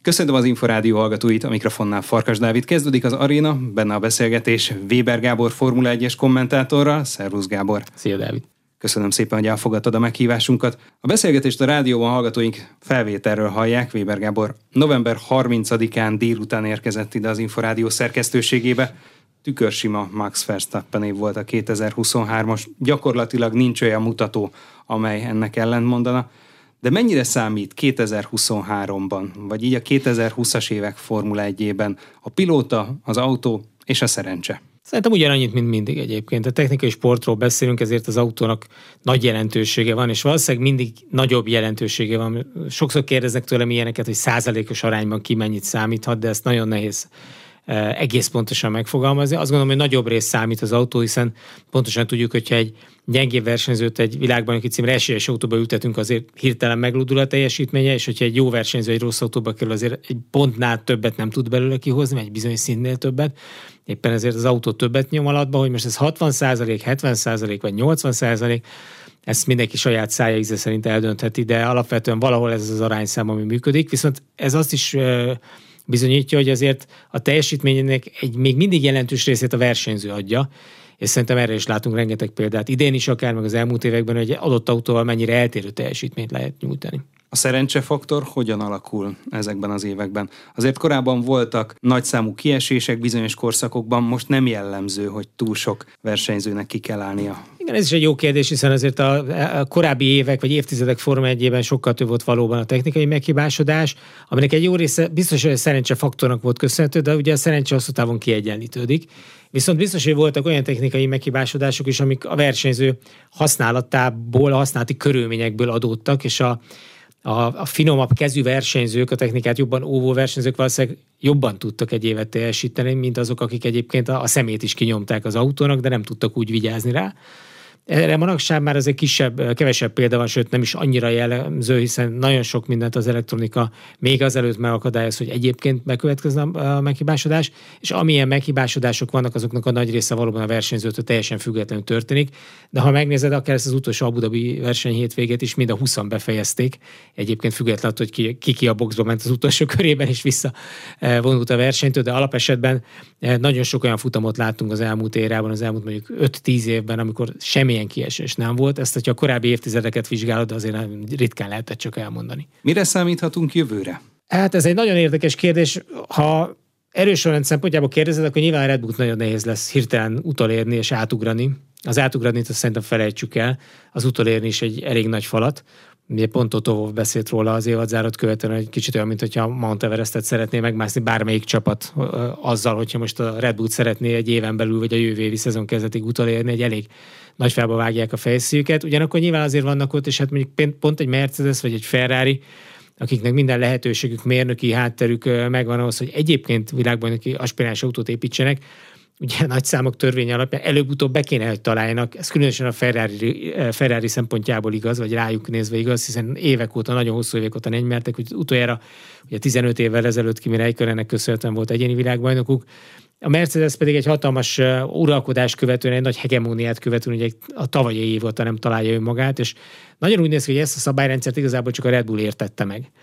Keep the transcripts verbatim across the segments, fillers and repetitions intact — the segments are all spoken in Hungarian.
Köszöntöm az Inforádió hallgatóit, a mikrofonnál Farkas Dávid. Kezdődik az Aréna, benne a beszélgetés Weber Gábor Formula egyes kommentátorral. Szervusz Gábor! Szia Dávid! Köszönöm szépen, hogy elfogadtad a meghívásunkat. A beszélgetést a rádióban hallgatóink felvételről hallják. Weber Gábor november harmincadikán délután érkezett ide az Inforádió szerkesztőségébe. Tükörsima Max Verstappen év volt a kétezer-huszonhármas. Gyakorlatilag nincs olyan mutató, amely ennek ellentmondana. De mennyire számít kétezer-huszonháromban, vagy így a kétezer-húszas évek Formula egyében a pilóta, az autó és a szerencse? Szerintem ugyanannyit, mint mindig egyébként. A technikai sportról beszélünk, ezért az autónak nagy jelentősége van, és valószínűleg mindig nagyobb jelentősége van. Sokszor kérdeznek tőlem ilyeneket, hogy százalékos arányban ki mennyit számíthat, de ezt nagyon nehéz egész pontosan megfogalmazni. Azt gondolom, hogy nagyobb rész számít az autó, hiszen pontosan tudjuk, hogyha egy gyengébb versenyzőt egy világbajnoki címre esélyes autóba ültetünk, azért hirtelen meglódul a teljesítménye, és hogyha egy jó versenyző egy rossz autóba kerül, azért egy pontnál többet nem tud belőle kihozni, egy bizonyos szintnél többet. Éppen ezért az autó többet nyom alatba, hogy most ez hatvan százalék, hetven százalék vagy nyolcvan százalék, ezt mindenki saját szája íze szerint eldöntheti, de alapvetően valahol ez az arányszám, ami működik. Viszont ez azt is bizonyítja, hogy azért a teljesítményének egy még mindig jelentős részét a versenyző adja, és szerintem erre is látunk rengeteg példát. Idén is akár, meg az elmúlt években, hogy egy adott autóval mennyire eltérő teljesítményt lehet nyújtani. A szerencsefaktor hogyan alakul ezekben az években? Azért korábban voltak nagyszámú kiesések bizonyos korszakokban, most nem jellemző, hogy túl sok versenyzőnek ki kell állnia. Igen, ez is egy jó kérdés, hiszen azért a, a korábbi évek vagy évtizedek Forma egyében sokkal több volt valóban a technikai meghibásodás, aminek egy jó része biztos, hogy a szerencsefaktornak volt köszönhető, de ugye a szerencse hosszú távon kiegyenlítődik. Viszont biztos, hogy voltak olyan technikai meghibásodások is, amik a versenyző használatából, a használati körülményekből adódtak, és a A, a finomabb kezű versenyzők, a technikát jobban óvó versenyzők valószínűleg jobban tudtak egy évet teljesíteni, mint azok, akik egyébként a, a szemét is kinyomták az autónak, de nem tudtak úgy vigyázni rá. Erre manapság már azért kisebb, kevesebb példa van, sőt nem is annyira jellemző, hiszen nagyon sok mindent az elektronika még azelőtt megakadályoz, hogy egyébként bekövetkezne a meghibásodás, és amilyen meghibásodások vannak, azoknak a nagy része valóban a versenyzőtől teljesen függetlenül történik. De ha megnézed, akár ezt az utolsó Abu Dhabi verseny hétvégét is, mind a húszan befejezték. Egyébként függetlenül, hogy ki, ki ki a boxba ment az utolsó körében, és visszavonult a versenytől, de alapesetben nagyon sok olyan futamot láttunk az elmúlt érában, az elmúlt mondjuk öt-tíz évben, amikor semmilyen kiesés nem volt. Ezt, hogyha a korábbi évtizedeket vizsgálod, azért ritkán lehetett csak elmondani. Mire számíthatunk jövőre? Hát ez egy nagyon érdekes kérdés. Ha erős sorrend szempontjából kérdezed, akkor nyilván a Red Bull nagyon nehéz lesz hirtelen utolérni és átugrani. Az átugrani, azt szerintem felejtsük el. Az utolérni is egy elég nagy falat. Ugye pont Toto Wolff beszélt róla az évadzárat követően, hogy kicsit olyan, mint hogyha Mount Everestet szeretné megmászni bármelyik csapat azzal, hogyha most a Red Bull szeretné egy éven belül, vagy a jövő évi szezon kezdetig utolérni, egy elég nagy fába vágják a fejszüket. Ugyanakkor nyilván azért vannak ott, és hát mondjuk pont egy Mercedes vagy egy Ferrari, akiknek minden lehetőségük, mérnöki hátterük megvan ahhoz, hogy egyébként világbajnoki aspiráns autót építsenek. Ugye nagy számok törvény alapján előbb-utóbb be kéne, hogy találjanak. Ez különösen a Ferrari, Ferrari szempontjából igaz, vagy rájuk nézve igaz, hiszen évek óta, nagyon hosszú évek óta nem nyertek, hogy utoljára ugye tizenöt évvel ezelőtt Kimi Räikkönennek köszönhetően volt egyéni világbajnokuk. A Mercedes pedig egy hatalmas uralkodás követően, egy nagy hegemóniát követően, ugye a tavalyi év óta nem találja önmagát, és nagyon úgy néz ki, hogy ezt a szabályrendszert igazából csak a Red Bull értette meg.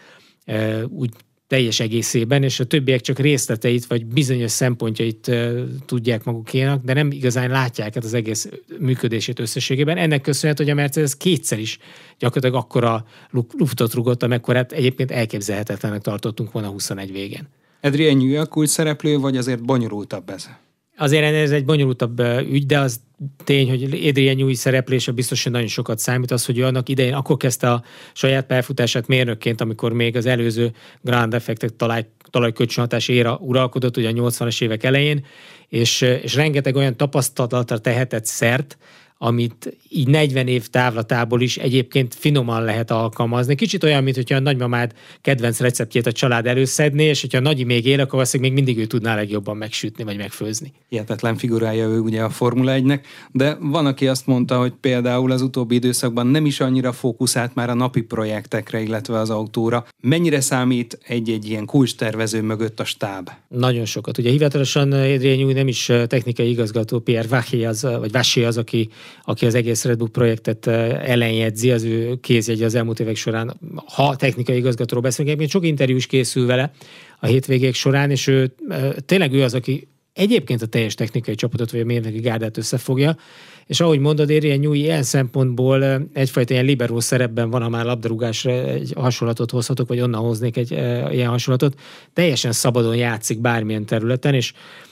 Úgy teljes egészében, és a többiek csak részleteit, vagy bizonyos szempontjait uh, tudják magukénak, de nem igazán látják az egész működését összességében. Ennek köszönhető, hogy a Mercedes kétszer is gyakorlatilag akkora luftot rugott, amekkorát egyébként elképzelhetetlenek tartottunk volna huszonegy végén. Adrian Newey a kulcs szereplő, vagy azért bonyolultabb ez? Azért ez egy bonyolultabb ügy, de az tény, hogy Adrian Newey szereplése biztos, hogy nagyon sokat számít. Az, hogy ő annak idején akkor kezdte a saját pályafutását mérnökként, amikor még az előző Grand Effektek talaj, talajkölcsönhatás éra uralkodott, ugye a nyolcvanas évek elején, és, és rengeteg olyan tapasztalatra tehetett szert, amit így negyven év távlatából is egyébként finoman lehet alkalmazni. Kicsit olyan, mint hogyha a nagymamád kedvenc receptjét a család előszedné, és hogyha a nagyi még él, akkor valószínűleg még mindig ő tudná legjobban megsütni, vagy megfőzni. Hihetetlen figurája ő ugye a Formula egynek, de van, aki azt mondta, hogy például az utóbbi időszakban nem is annyira fókuszált már a napi projektekre, illetve az autóra. Mennyire számít egy-egy ilyen kulcstervező mögött a stáb? Nagyon sokat. Ugye hivatalosan Adrian Newey nem is technikai igazgató, Pierre Vacher az, vagy Vacher az, aki aki az egész Red Bull projektet ellenjegyzi, az ő kézjegye az elmúlt évek során, ha technikai igazgatóról beszélünk, egyébként sok interjú is készül vele a hétvégék során, és ő tényleg ő az, aki egyébként a teljes technikai csapatot, vagy a mérnöki gárdát összefogja, és ahogy mondod, Adrian Newey ilyen szempontból egyfajta ilyen liberó szerepben van, ha már labdarúgásra egy hasonlatot hozhatok, vagy onnan hoznék egy e, ilyen hasonlatot, teljesen szabadon játszik bármilyen területen, és,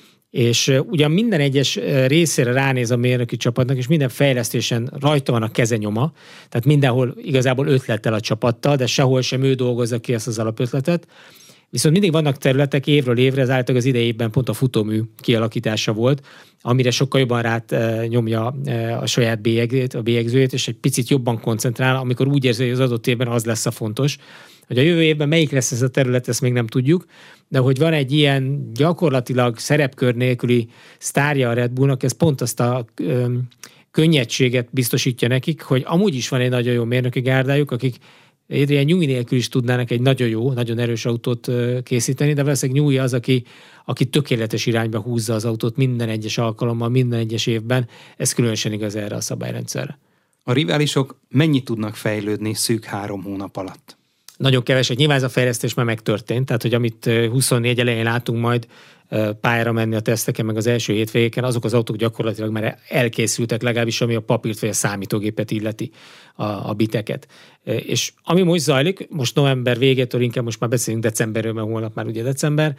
és ugyan minden egyes részére ránéz a mérnöki csapatnak, és minden fejlesztésen rajta van a kezenyoma, tehát mindenhol igazából ötlettel a csapattal, de sehol sem ő dolgozza ki ezt az alapötletet. Viszont mindig vannak területek évről évre, ez általában az idejében pont a futómű kialakítása volt, amire sokkal jobban rát e, nyomja e, a saját bélyegzőjét, a bélyegzőjét, és egy picit jobban koncentrál, amikor úgy érzi, hogy az adott évben az lesz a fontos. Hogy a jövő évben melyik lesz ez a terület, ezt még nem tudjuk, de hogy van egy ilyen gyakorlatilag szerepkör nélküli sztárja a Red Bullnak, ez pont azt a ö, könnyedséget biztosítja nekik, hogy amúgy is van egy nagyon jó mérnöki gárdájuk, akik Adrian Newey nélkül is tudnának egy nagyon jó, nagyon erős autót készíteni, de valószínűleg Newey az, aki, aki tökéletes irányba húzza az autót minden egyes alkalommal, minden egyes évben. Ez különösen igaz erre a szabályrendszerre. A riválisok mennyit tudnak fejlődni szűk három hónap alatt? Nagyon keveset. Nyilván ez a fejlesztés már megtörtént, tehát hogy amit huszonnégy elején látunk majd pályára menni a teszteken, meg az első hétvégéken, azok az autók gyakorlatilag már elkészültek, legalábbis ami a papírt vagy a számítógépet illeti, a, a biteket. És ami most zajlik, most november végétől, inkább most már beszélünk decemberről, mert holnap már ugye december,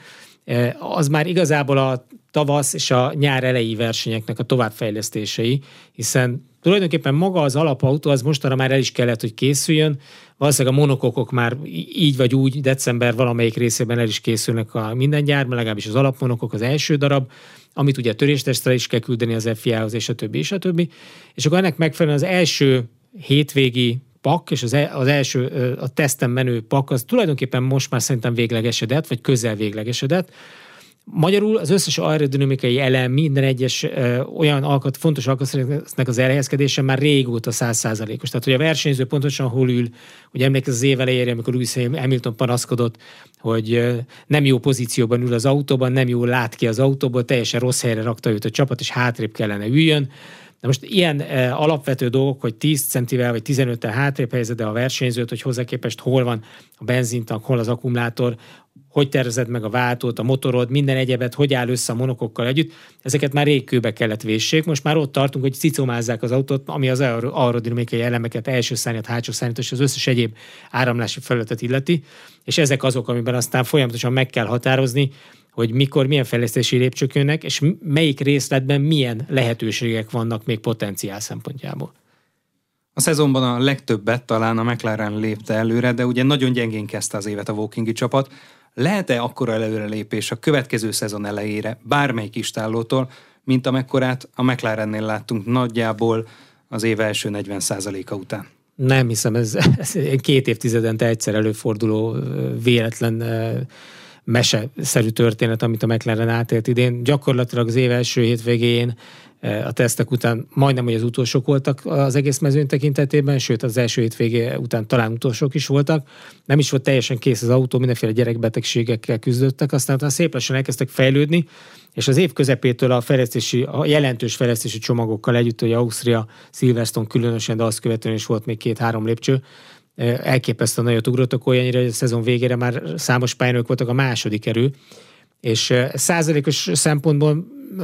az már igazából a tavasz és a nyár elejé versenyeknek a továbbfejlesztései, hiszen tulajdonképpen maga az alapautó az mostanra már el is kellett, hogy készüljön. Valószínűleg a monokokok már így vagy úgy december valamelyik részében el is készülnek a minden gyárban, legalábbis az alapmonokok az első darab, amit ugye töréstestre is kell küldeni az ef i á-hoz, és a többi, és a többi. És akkor ennek megfelelően az első hétvégi pak, és az, el, az első a teszten menő pak, az tulajdonképpen most már szerintem véglegesedett, vagy közel véglegesedett. Magyarul az összes aerodinamikai elem, minden egyes ö, olyan alkat, fontos alkatszereknek az elhelyezkedése már régóta száz százalékos. Tehát, hogy a versenyző pontosan hol ül, hogy emlékezz az év elejére, amikor Lewis Hamilton panaszkodott, hogy ö, nem jó pozícióban ül az autóban, nem jól lát ki az autóból, teljesen rossz helyre rakta őt a csapat, és hátrébb kellene üljön. Na most ilyen e, alapvető dolgok, hogy tíz centivel vagy tizenöttel hátrébb helyezed a versenyzőt, hogy hozzá képest hol van a benzintank, hol az akkumulátor, hogy tervezed meg a váltót, a motorod, minden egyebet, hogy áll össze a monokokkal együtt, ezeket már rég kőbe kellett véssék. Most már ott tartunk, hogy cicomázzák az autót, ami az aerodinamikai elemeket, első szárnyat, hátsó szárnyat, és az összes egyéb áramlási felületet illeti, és ezek azok, amiben aztán folyamatosan meg kell határozni, hogy mikor, milyen fejlesztési lépcsők jönnek, és melyik részletben milyen lehetőségek vannak még potenciál szempontjából. A szezonban a legtöbbet talán a McLaren lépte előre, de ugye nagyon gyengén kezdte az évet a Wokingi csapat. Lehet-e akkora előrelépés a következő szezon elejére bármelyik istállótól, mint amekkorát a McLarennél láttunk nagyjából az év első negyven százaléka után? Nem hiszem, ez, ez két évtizedente egyszer előforduló véletlen meseszerű történet, amit a McLaren átélt idén. Gyakorlatilag az év első hétvégén a tesztek után majdnem, hogy az utolsók voltak az egész mezőny tekintetében, sőt az első hétvégé után talán utolsók is voltak. Nem is volt teljesen kész az autó, mindenféle gyerekbetegségekkel küzdöttek, aztán utána szép lassan elkezdtek fejlődni, és az év közepétől a fejlesztési, a jelentős fejlesztési csomagokkal együtt, hogy Ausztria, Silverstone különösen, de azt követően is volt még két-három lépcső, elképesztően nagyot ugrottak, olyannyira, hogy a szezon végére már számos pályánők voltak a második erő, és százalékos szempontból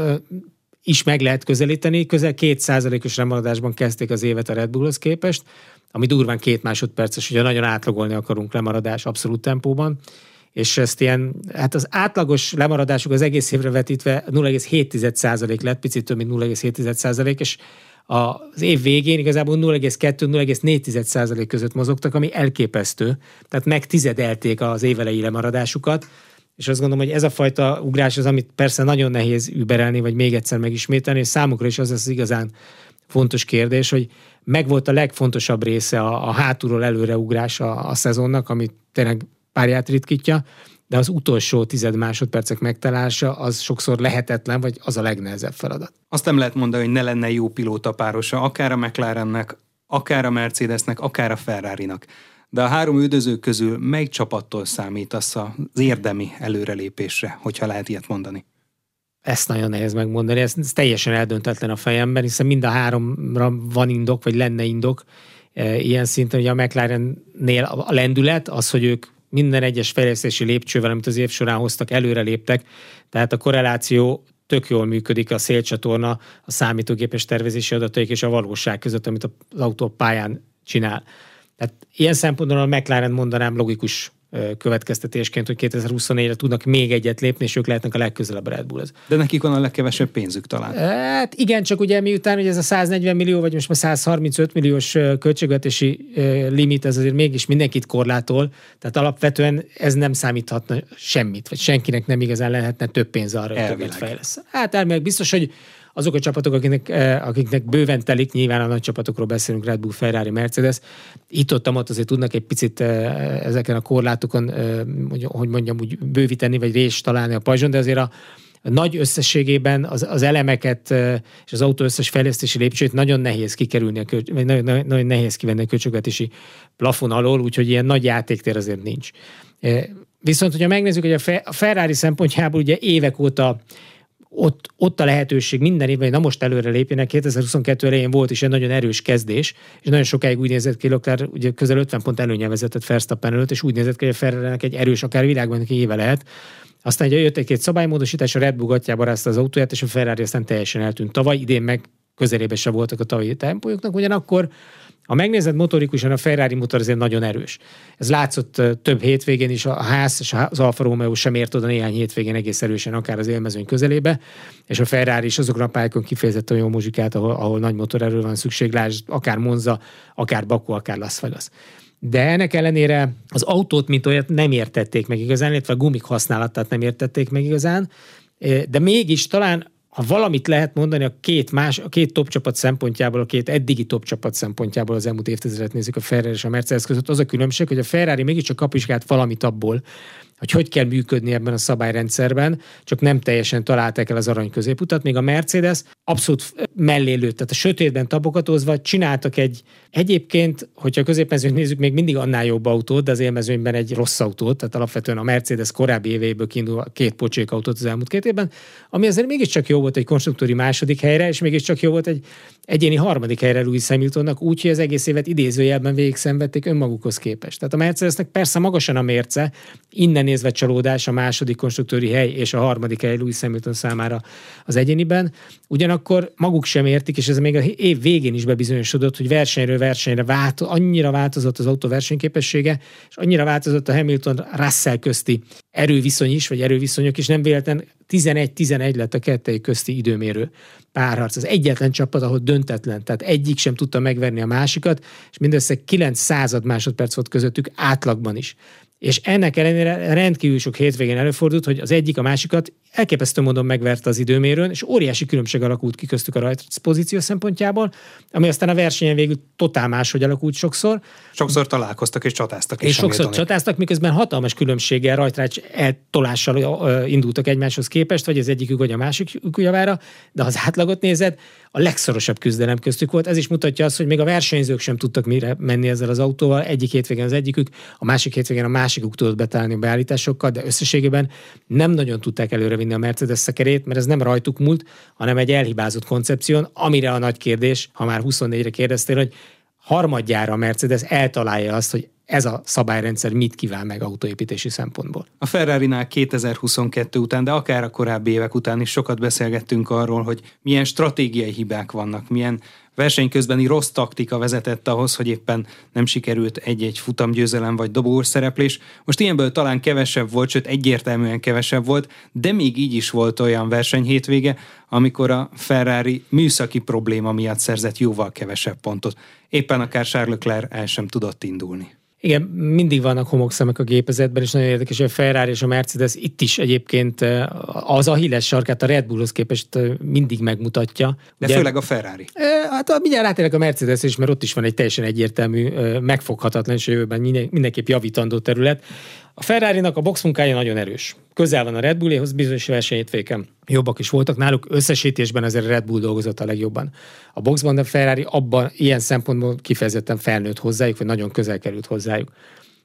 is meg lehet közelíteni, közel két százalékos lemaradásban kezdték az évet a Red Bullhoz képest, ami durván két másodperces, ugye nagyon átlagolni akarunk lemaradás abszolút tempóban, és ezt ilyen, hát az átlagos lemaradásuk az egész évre vetítve nulla egész hét százalék lett, picit több, mint nulla egész hét százalék, és az év végén igazából nulla egész kettő - nulla egész négy százalék között mozogtak, ami elképesztő, tehát megtizedelték az évelei lemaradásukat, és azt gondolom, hogy ez a fajta ugrás az, amit persze nagyon nehéz überelni, vagy még egyszer megismételni, és számukra is az az igazán fontos kérdés, hogy megvolt a legfontosabb része a, a hátulról előre ugrás a, a szezonnak, ami tényleg párját ritkítja, de az utolsó tized másodpercek megtalálása az sokszor lehetetlen, vagy az a legnehezebb feladat. Azt nem lehet mondani, hogy ne lenne jó pilótapárosa, akár a McLarennek, akár a Mercedesnek, akár a Ferrarinak. De a három üldöző közül melyik csapattól számítasz az érdemi előrelépésre, hogyha lehet ilyet mondani? Ezt nagyon nehéz megmondani, ez, ez teljesen eldöntetlen a fejemben, hiszen mind a háromra van indok, vagy lenne indok. E, ilyen szinten, ugye a McLarennél a lendület, az, hogy ők minden egyes fejlesztési lépcsővel, amit az év során hoztak, előre léptek, tehát a korreláció tök jól működik a szélcsatorna, a számítógépes tervezési adataik és a valóság között, amit az autó pályán csinál. Tehát ilyen szempontból a McLaren mondanám logikus következtetésként, hogy kétezer-huszonnégyre tudnak még egyet lépni, és ők lehetnek a legközelebb a Red Bullhoz. De nekik van a legkevesebb pénzük talán. Hát igen, csak ugye miután hogy ez a száznegyven millió, vagy most már száz harmincöt milliós költségvetési limit, ez azért mégis mindenkit korlátol, tehát alapvetően ez nem számíthatna semmit, vagy senkinek nem igazán lehetne több pénz arra, hogy többet fejlesz. Hát elvileg biztos, hogy azok a csapatok, akiknek, akiknek bőven telik, nyilván a nagy csapatokról beszélünk, Red Bull, Ferrari, Mercedes, itt-ott ott azért tudnak egy picit ezeken a korlátokon, hogy mondjam, úgy bővíteni, vagy rést találni a pajzson, de azért a nagy összességében az, az elemeket és az autó összes fejlesztési lépcsőt nagyon nehéz kikerülni, a kölcs- vagy nagyon, nagyon nehéz kivenni a költségvetési plafon alól, úgyhogy ilyen nagy játéktér azért nincs. Viszont, hogyha megnézzük, hogy a Ferrari szempontjából ugye évek óta Ott, ott a lehetőség minden évben, hogy na most előre lépjenek. kétezer-huszonkettő elején volt is egy nagyon erős kezdés, és nagyon sokáig úgy nézett ki, akár ugye közel ötven pont előnye vezetett Verstappen előtt, és úgy nézett ki, hogy a Ferrarinek egy erős, akár világbajnoki éve lehet. Aztán ugye jött egy-két szabálymódosítás, a Red Bull gatyába rázta az autóját, és a Ferrari aztán teljesen eltűnt. Tavaly, idén meg közelébe se voltak a tavalyi tempójuknak, ugyanakkor ha megnézed motorikusan, a Ferrari motor azért nagyon erős. Ez látszott több hétvégén is, a Haas és az Alfa Romeo sem ért oda néhány hétvégén egész erősen, akár az élmezőny közelébe, és a Ferrari is azokra a pályákon kifejezetten olyan muzsikát, ahol, ahol nagy motorerő van szükség, lásd, akár Monza, akár Baku, akár Las Vegas. De ennek ellenére az autót, mint olyat nem értették meg igazán, illetve a gumik használatát nem értették meg igazán, de mégis talán ha valamit lehet mondani a két, más, a két top csapat szempontjából, a két eddigi top csapat szempontjából az elmúlt évtizedet nézzük a Ferrari és a Mercedes között, az a különbség, hogy a Ferrari mégiscsak kapizsgált valamit abból, hogy hogy kell működni ebben a szabályrendszerben, csak nem teljesen találták el az arany középutat, még a Mercedes abszolút mellé lőtt, tehát a sötétben tapogatózva csináltak egy, egyébként, hogyha a középmezőnyt nézzük, még mindig annál jobb autót, de az élmezőnyben egy rossz autót, tehát alapvetően a Mercedes korábbi éveiből kiindul két pocsék autót az elmúlt két évben, ami azért mégiscsak jó volt egy konstruktúri második helyre, és mégiscsak jó volt egy egyéni harmadik helyre Lewis Hamiltonnak, úgyhogy az egész évet idézőjelben végig szenvedték önmagukhoz képest. Tehát a Mercedesnek persze magasan a mérce, innen nézve csalódás a második konstruktőri hely és a harmadik hely Lewis Hamilton számára az egyéniben. Ugyanakkor maguk sem értik, és ez még a év végén is bebizonyosodott, hogy versenyről versenyre vált, annyira változott az autó versenyképessége, és annyira változott a Hamilton-Russell közti erőviszony is, vagy erőviszonyok is, nem véletlen tizenegy tizenegy lett a kettőjük közti időmérő párharc. Az egyetlen csapat, ahol döntetlen, tehát egyik sem tudta megverni a másikat, és mindössze kilenc század másodperc volt közöttük átlagban is. És ennek ellenére rendkívül sok hétvégén előfordult, hogy az egyik a másikat elképesztő módon megverte az időmérőn, és óriási különbség alakult ki köztük a rajtrác pozíció szempontjából, ami aztán a versenyen végül totál máshogy alakult sokszor. Sokszor találkoztak és csatáztak is. És sokszor csatáztak, miközben hatalmas különbséggel, rajtrác eltolással indultak egymáshoz képest, vagy az egyikük, vagy a másikük javára, de ha az átlagot nézed, a legszorosabb küzdelem köztük volt. Ez is mutatja azt, hogy még a versenyzők sem tudtak mire menni ezzel az autóval. Egyik hétvégén az egyikük, a másik hétvégén a másikuk tudott betállni a beállításokkal, de összességében nem nagyon tudták előrevinni a Mercedes szekerét, mert ez nem rajtuk múlt, hanem egy elhibázott koncepción, amire a nagy kérdés, ha már huszonnégyre kérdeztél, hogy harmadjára a Mercedes eltalálja azt, hogy ez a szabályrendszer mit kíván meg autóépítési szempontból. A Ferrarinál kétezer-huszonkettő után, de akár a korábbi évek után is sokat beszélgettünk arról, hogy milyen stratégiai hibák vannak, milyen versenyközbeni rossz taktika vezetett ahhoz, hogy éppen nem sikerült egy-egy futamgyőzelem vagy dobogós szereplés. Most ilyenből talán kevesebb volt, sőt egyértelműen kevesebb volt, de még így is volt olyan versenyhétvége, amikor a Ferrari műszaki probléma miatt szerzett jóval kevesebb pontot. Éppen akár Charles Leclerc el sem tudott indulni. Igen, mindig vannak homokszemek a gépezetben, és nagyon érdekes, hogy a Ferrari és a Mercedes itt is egyébként az Achilles sarkát a Red Bullhoz képest mindig megmutatja. De ugye, főleg a Ferrari. Hát mindjárt rátérek a Mercedes is, mert ott is van egy teljesen egyértelmű, megfoghatatlan, és jövőben mindenképp javítandó terület. A Ferrarinak a boxmunkája nagyon erős. Közel van a Red Bulléhoz, bizonyos versenyhétvéken jobbak is voltak náluk, összesítésben azért a Red Bull dolgozott a legjobban. A boxban, de a Ferrari abban ilyen szempontból kifejezetten felnőtt hozzájuk, vagy nagyon közel került hozzájuk.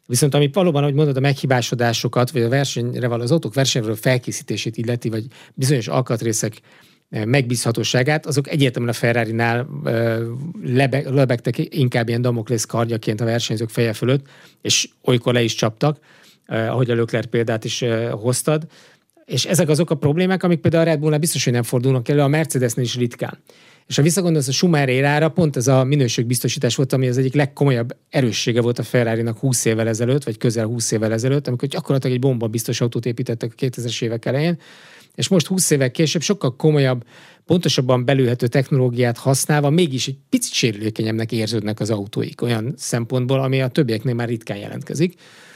Viszont ami valóban, ahogy mondod, a meghibásodásokat, vagy a versenyre való, az autók versenyről felkészítését illeti, vagy bizonyos alkatrészek megbízhatóságát, azok egyértelműen a Ferrarinál lebe, lebegtek inkább ilyen Damoklész kardjaként a versenyzők feje fölött, és olykor le is csaptak, ahogy a Leclerc példát is hoztad. És ezek azok a problémák, amik például a Red Bullnál biztos, hogy nem fordulnak elő, a Mercedesnél is ritkán. És ha visszagondolsz a Schumacher érára, pont ez a minőségbiztosítás volt, ami az egyik legkomolyabb erőssége volt a Ferrarinak húsz évvel ezelőtt, vagy közel húsz évvel ezelőtt, amikor gyakorlatilag egy bomba biztos autót építettek a kétezres évek elején, és most húsz évvel később sokkal komolyabb, pontosabban belőhető technológiát használva mégis egy picit sérülékenyebbnek érződnek az autóik olyan szempontból, ami a többieknél már ritkán jelentkezik.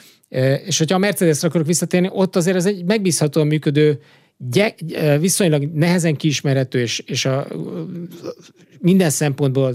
És hogyha a Mercedesre akarok visszatérni, ott azért ez egy megbízhatóan működő, viszonylag nehezen kiismerhető, és, és a, minden szempontból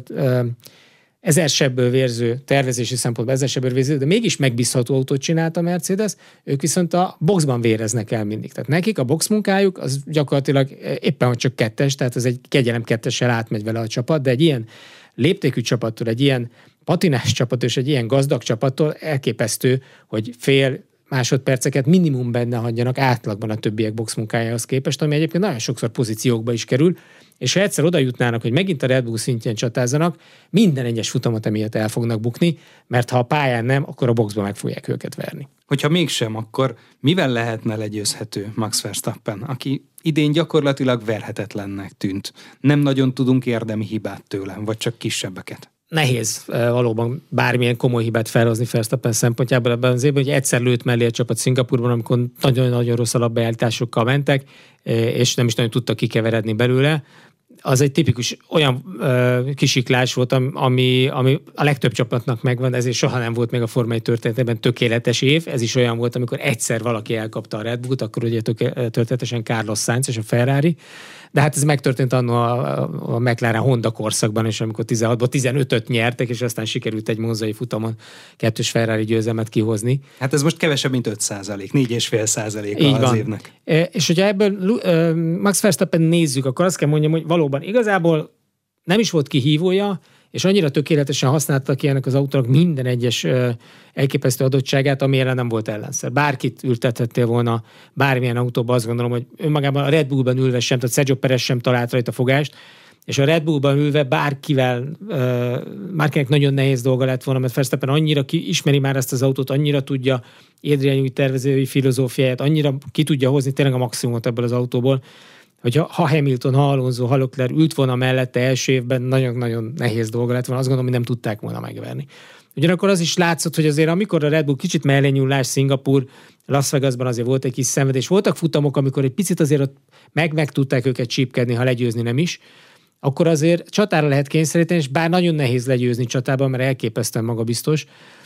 ezer sebből vérző, tervezési szempontból ezer sebből vérző, de mégis megbízható autót csinált a Mercedes, ők viszont a boxban véreznek el mindig. Tehát nekik a box munkájuk az gyakorlatilag éppen hogy csak kettes, tehát ez egy kegyelem kettessel átmegy vele a csapat, de egy ilyen léptékű csapattól, egy ilyen patinás csapattól és egy ilyen gazdag csapattól elképesztő, hogy fél másodperceket minimum benne hagyjanak átlagban a többiek box munkájához képest, ami egyébként nagyon sokszor pozíciókba is kerül, és ha egyszer oda jutnának, hogy megint a Red Bull szintjén csatázzanak, minden egyes futamot emiatt el fognak bukni, mert ha a pályán nem, akkor a boxban meg fogják őket verni. Hogyha mégsem, akkor mivel lehetne legyőzhető Max Verstappen, aki idén gyakorlatilag verhetetlennek tűnt? Nem nagyon tudunk érdemi hibát tőle, vagy csak kisebbeket? Nehéz valóban bármilyen komoly hibát felhozni Verstappen szempontjából ebben az évben, hogy egyszer lőtt mellé a csapat Szingapurban, amikor nagyon-nagyon rossz alapbeállításokkal mentek, és nem is nagyon tudtak kikeveredni belőle. Az egy tipikus olyan ö, kisiklás volt, ami, ami a legtöbb csapatnak megvan, ezért soha nem volt még a Forma egy történetében tökéletes év. Ez is olyan volt, amikor egyszer valaki elkapta a Red Bullt, akkor ugye történetesen Carlos Sainz és a Ferrari. De hát ez megtörtént anno a, a McLaren Honda korszakban, és amikor tizenhatból tizenötöt nyertek, és aztán sikerült egy monzai futamon kettős Ferrari győzelmet kihozni. Hát ez most kevesebb, mint öt százalék, négy egész öt százalék az van. évnek. E, és hogyha ebből uh, Max Verstappen nézzük, akkor azt kell mondjam, hogy valóban igazából nem is volt kihívója, és annyira tökéletesen használta ki ennek az autónak minden egyes uh, elképesztő adottságát, ami ellen nem volt ellenszer. Bárkit ültethettél volna bármilyen autóba, azt gondolom, hogy önmagában a Red Bullban ülve sem, tehát Sergio Perez sem talált rajta fogást, és a Red Bullban ülve bárkivel, uh, bárkinek nagyon nehéz dolga lett volna, mert Verstappen annyira ki, ismeri már ezt az autót, annyira tudja Adrian Newey tervezői filozófiáját, annyira ki tudja hozni tényleg a maximumot ebből az autóból, hogy ha Hamilton, ha Alonso, ha Leclerc ült volna mellette első évben, nagyon-nagyon nehéz dolga lett volna, azt gondolom, hogy nem tudták volna megverni. Ugyanakkor az is látszott, hogy azért amikor a Red Bull kicsit mellé nyúlás, Szingapur, Las Vegasban azért volt egy kis szenvedés. Voltak futamok, amikor egy picit azért ott meg, meg tudták őket csípkedni, ha legyőzni nem is, akkor azért csatára lehet kényszeríteni, és bár nagyon nehéz legyőzni csatában, mert elképesztően magabiztos,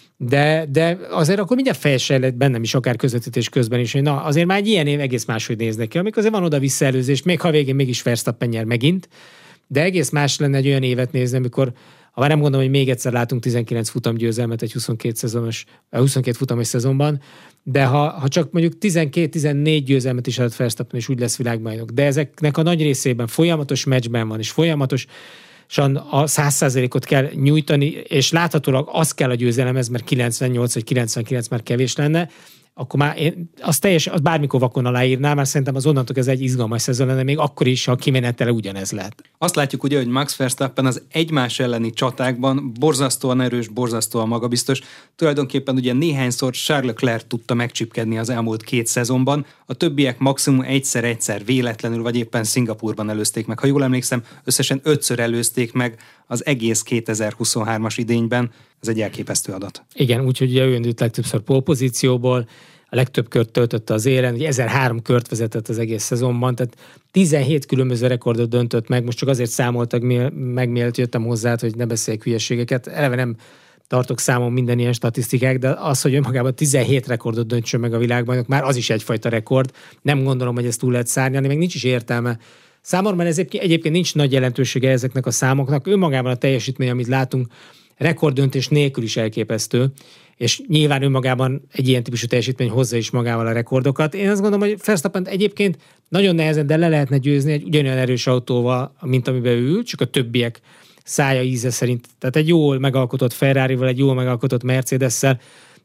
de, de azért akkor mindjárt fejsel lett bennem is, akár közvetítés közben is, hogy na, azért már egy ilyen év egész máshogy néznek ki, amikor azért van oda-vissza előzés, még ha végén mégis Verstappen nyer megint, de egész más lenne egy olyan évet nézni, amikor, ha már nem gondolom, hogy még egyszer látunk tizenkilenc futamgyőzelmet egy huszonkét, szezonos, huszonkét futamos szezonban, de ha, ha csak mondjuk tizenkét-tizennégy győzelmet is adott Verstappen, és úgy lesz világbajnok, de ezeknek a nagy részében folyamatos meccsben van, és folyamatos a száz százalékot kell nyújtani, és láthatólag az kell a győzelemhez, mert kilencvennyolc vagy kilencvenkilenc már kevés lenne, akkor már én azt teljesen, azt bármikor vakon aláírnám, mert szerintem az onnantól ez egy izgalmas szezon lenne, még akkor is, ha kimenetele ugyanez lehet. Azt látjuk ugye, hogy Max Verstappen az egymás elleni csatákban borzasztóan erős, borzasztóan magabiztos. Tulajdonképpen ugye néhányszor Charles Leclerc tudta megcsipkedni az elmúlt két szezonban, a többiek maximum egyszer-egyszer véletlenül, vagy éppen Szingapurban előzték meg. Ha jól emlékszem, összesen ötször előzték meg az egész kétezer-huszonhármas idényben. Ez egy elképesztő adat. Igen, úgyhogy ő jött legtöbbször pole-pozícióból, a legtöbb kört töltötte az élen, ugye ezerhárom kört vezetett az egész szezonban, tehát tizenhét különböző rekordot döntött meg, most csak azért számoltak meg, mielőtt jöttem hozzá, hogy ne beszéljek hülyeségeket. Eleve nem tartok számon minden ilyen statisztikák, de az, hogy önmagában tizenhét rekordot döntsön meg a világbajnok, már az is egyfajta rekord. Nem gondolom, hogy ezt túl lehet szárnyalni, meg nincs is értelme. Számomra ez egyébként nincs nagy jelentősége ezeknek a számoknak. Önmagában a teljesítmény, amit látunk, rekorddöntés nélkül is elképesztő, és nyilván önmagában egy ilyen típusú teljesítmény hozza is magával a rekordokat. Én azt gondolom, hogy Verstappent egyébként nagyon nehezen, de le lehetne győzni egy ugyanolyan erős autóval, mint amiben ő ül, csak a többiek szája íze szerint. Tehát egy jól megalkotott Ferrarival, egy jól megalkotott Mercedes-szel,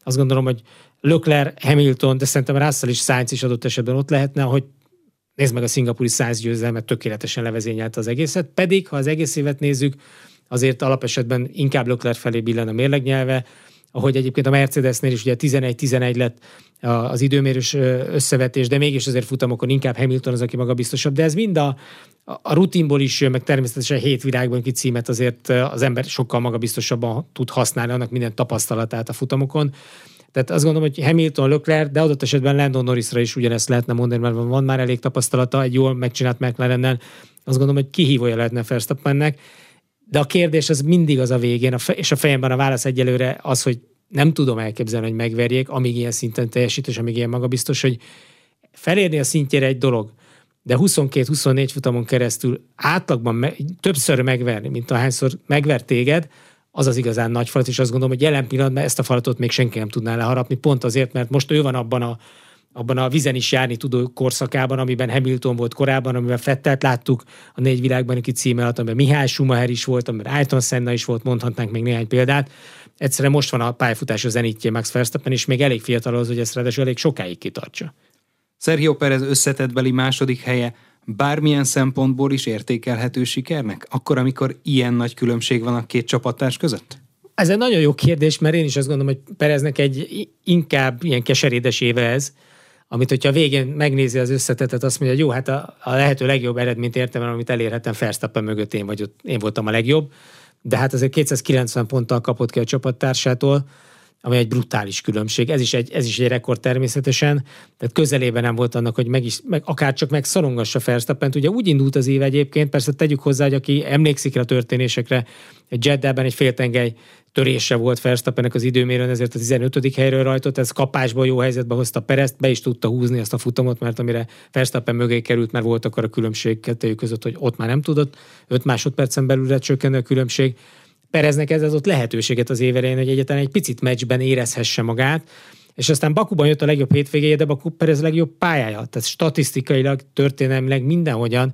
Azt gondolom, hogy Leclerc, Hamilton, de szerintem Russell és Sainz is adott esetben ott lehetne, hogy nézd meg a szingapúri Sainz győzelmet, tökéletesen levezényelte az egészet, pedig ha az egész évet nézzük, azért alapesetben inkább Leclerc felé billen a mérlegnyelve, ahogy egyébként a Mercedesnél is ugye tizenegy tizenegy lett az időmérős összevetés, de mégis azért futamokon inkább Hamilton az, aki magabiztosabb, de ez mind a, a rutinból is jön, meg természetesen hét világbajnoki címet azért az ember sokkal magabiztosabban tud használni, annak minden tapasztalatát a futamokon. Tehát azt gondolom, hogy Hamilton, Leclerc, de adott esetben Lando Norrisra is ugyanezt lehetne mondani, mert van már elég tapasztalata egy jól megcsinált McLarennel. Azt gondolom, hogy kihívója lehetne Verstappennek, de a kérdés az mindig az a végén, és a fejemben a válasz egyelőre az, hogy nem tudom elképzelni, hogy megverjék, amíg ilyen szinten teljesít, és amíg ilyen magabiztos, hogy felérni a szintjére egy dolog, de huszonkettő-huszonnégy futamon keresztül átlagban me- többször megverni, mint ahányszor megver téged, az az igazán nagy falat, és azt gondolom, hogy jelen pillanatban ezt a falatot még senki nem tudná leharapni, pont azért, mert most ő van abban a, abban a vizen is járni tudó korszakában, amiben Hamilton volt korábban, amiben Vettelt láttuk a négy világbajnoki címe alatt, amiben Michael Schumacher is volt, amiben Ayrton Senna is volt, mondhatnánk még néhány példát. Egyszerűen most van a pályafutás zenitje Max Verstappen, és még elég fiatal az, hogy ezt ráadásul elég sokáig kitartsa. Sergio Pérez összetettbeli második helye bármilyen szempontból is értékelhető sikernek? Akkor, amikor ilyen nagy különbség van a két csapattárs között? Ez egy nagyon jó kérdés, mert én is azt gondolom, hogy Péreznek egy inkább ilyen keserédes éve ez, amit, hogyha a végén megnézi az összetetet, azt mondja, hogy jó, hát a, a lehető legjobb eredményt értem el, amit elérhetem Verstappen mögött, én, vagy ott, én voltam a legjobb, de hát azért kétszázkilencven ponttal kapott ki a csapattársától, ami egy brutális különbség. Ez is egy, ez is egy rekord természetesen, tehát közelében nem volt annak, hogy meg is, meg akár csak megszorongassa Verstappent. Ugye úgy indult az év egyébként, persze tegyük hozzá, hogy aki emlékszik rá a történésekre, egy Jeddában egy féltengely törése volt Verstappennek az időmérőn, ezért a tizenötödik helyről rajtott, ez kapásból jó helyzetbe hozta Perezt, be is tudta húzni azt a futamot, mert amire Verstappen mögé került, mert volt akkor a különbség kettőjük között, hogy ott már nem tudott, öt másodpercen belülre csökkenő a különbség. Pereznek ez adott lehetőséget az év elején, hogy egyáltalán egy picit meccsben érezhesse magát, és aztán Bakuban jött a legjobb hétvégéje, de Baku Perez legjobb pályája. Tehát statisztikailag, történelmileg mindenhogyan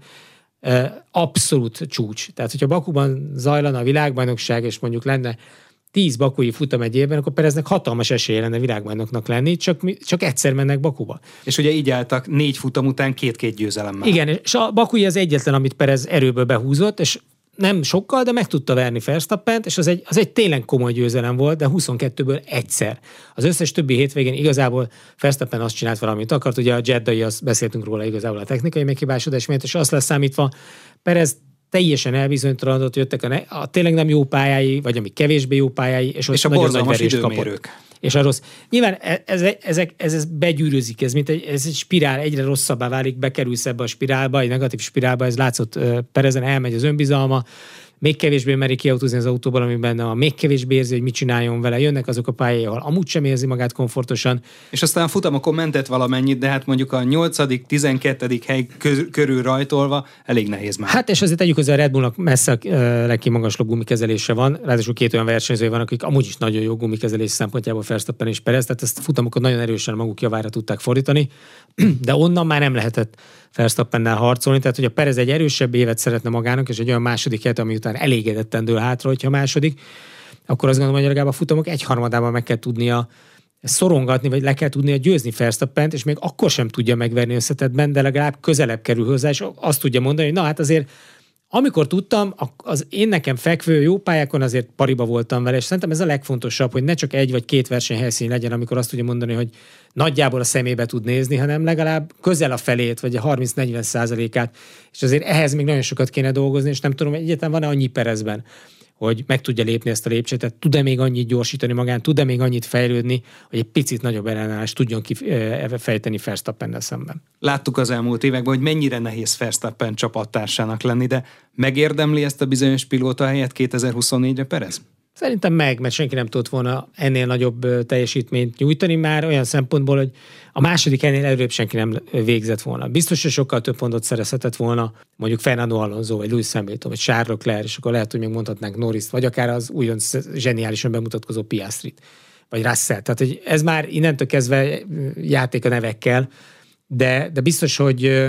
abszolút csúcs. Tehát, hogyha Bakuban zajlana a világbajnokság, és mondjuk lenne tíz bakui futam egy évben, akkor Pereznek hatalmas esélye lenne világbajnoknak lenni, csak, csak egyszer mennek Bakuba. És ugye így álltak négy futam után két-két győzelemmel. Igen, és a Bakui az egyetlen, amit Perez erőből behúzott, és nem sokkal, de meg tudta verni Verstappent, és az egy, az egy tényleg komoly győzelem volt, de huszonkettőből egyszer. Az összes többi hétvégén igazából Verstappen azt csinált valamit akart, ugye a Jeddai, azt beszéltünk róla igazából a technikai meghibásodás miatt, és azt lesz számítva, Perez teljesen elbizonytalanodott, jöttek a, ne, a tényleg nem jó pályái, vagy ami kevésbé jó pályái, és, és ott a nagyon nagy verést időmérők. kapott. És a rossz. Nyilván ez, ez, ez, ez begyűrűzik, ez, mint egy, ez egy spirál, egyre rosszabbá válik, bekerülsz ebbe a spirálba, egy negatív spirálba, ez látszott Perezen, elmegy az önbizalma, még kevésbé meri kiautózni az autóból, amiben a még kevésbé érzi, hogy mit csináljon vele. Jönnek azok a pályái, ahol amúgy sem érzi magát komfortosan. És aztán a futamokon mentett valamennyit, de hát mondjuk a nyolcadik, tizenkettedik hely körül rajtolva elég nehéz már. Hát és azért tegyük hozzá, a Red Bullnak messze a legkimagaslóbb gumikezelése van, ráadásul két olyan versenyzői van, akik amúgy is nagyon jó gumikezelés szempontjából Verstappen és Perez, tehát ezt a futamokon nagyon erősen maguk javára tudták fordítani, de onnan már nem lehetett Verstappennel harcolni, tehát hogy a Perez egy erősebb évet szeretne magának, és egy olyan második helyet, ami után elégedetten dől hátra, hogyha második, akkor azt gondolom, hogy legalább a futamok egyharmadában meg kell tudnia szorongatni, vagy le kell tudnia győzni Verstappent, és még akkor sem tudja megverni összetettben, de legalább közelebb kerül hozzá, és azt tudja mondani, hogy na hát azért amikor tudtam, az én nekem fekvő jó pályákon azért pariba voltam vele, és szerintem ez a legfontosabb, hogy ne csak egy vagy két versenyhelyszín legyen, amikor azt tudja mondani, hogy nagyjából a szemébe tud nézni, hanem legalább közel a felét, vagy a harminc-negyven százalékát, és azért ehhez még nagyon sokat kéne dolgozni, és nem tudom, egyáltalán van-e annyi Perezben, hogy meg tudja lépni ezt a lépcsőt, tehát tud-e még annyit gyorsítani magán, tud-e még annyit fejlődni, hogy egy picit nagyobb ellenállást tudjon kifejteni Verstappennel szemben. Láttuk az elmúlt években, hogy mennyire nehéz Verstappen csapattársának lenni, de megérdemli ezt a bizonyos pilóta helyet kétezer-huszonnégyre Perez? Szerintem meg, mert senki nem tudott volna ennél nagyobb teljesítményt nyújtani már olyan szempontból, hogy a második ennél előbb senki nem végzett volna. Biztos, hogy sokkal több pontot szerezhetett volna mondjuk Fernando Alonso, vagy Lewis Hamilton, vagy Charles Leclerc, és akkor lehet, hogy még mondhatnánk Norris, vagy akár az újonc zseniálisan bemutatkozó Piastrit, vagy Russell. Tehát hogy ez már innentől kezdve játék a nevekkel, de, de biztos, hogy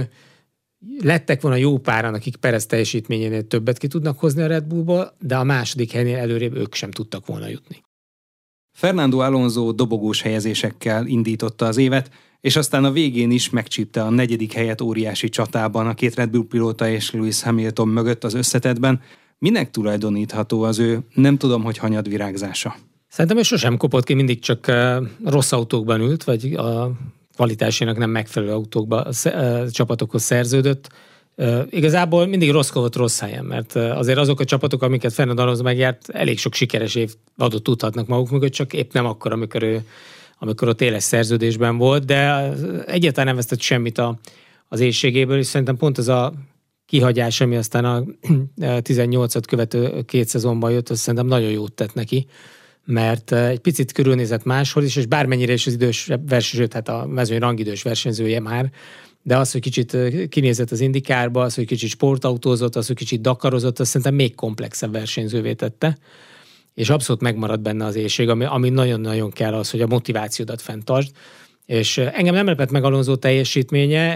lettek volna jó páran, akik Perez teljesítményénél többet ki tudnak hozni a Red Bullból, de a második helynél előrébb ők sem tudtak volna jutni. Fernando Alonso dobogós helyezésekkel indította az évet, és aztán a végén is megcsípte a negyedik helyet óriási csatában a két Red Bull pilóta és Lewis Hamilton mögött az összetettben. Minek tulajdonítható az ő nem tudom, hogy hanyad virágzása? Szerintem ő sosem kopott ki, mindig csak rossz autókban ült, vagy a kvalitásának nem megfelelő autókba, csapatokhoz szerződött. Igazából mindig rosszkodott rossz helyen, mert azért azok a csapatok, amiket Fernando Alonso megjárt, elég sok sikeres évadot tudhatnak maguk mögött, csak épp nem akkor, amikor ő amikor ott éles szerződésben volt, de egyáltalán nem vesztett semmit a, az éjségéből, és szerintem pont az a kihagyás, ami aztán a tizennyolcat követő két szezonban jött, az szerintem nagyon jót tett neki, mert egy picit körülnézett máshol is, és bármennyire is az idős versenyző, hát a mezőny rangidős versenyzője már, de az, hogy kicsit kinézett az indikárba, az, hogy kicsit sportautózott, az, hogy kicsit dakarozott, az szerintem még komplexebb versenyzővé tette, és abszolút megmaradt benne az éjség, ami, ami nagyon-nagyon kell az, hogy a motivációdat fenntartsd. És engem nem lepett meg Alonso teljesítménye,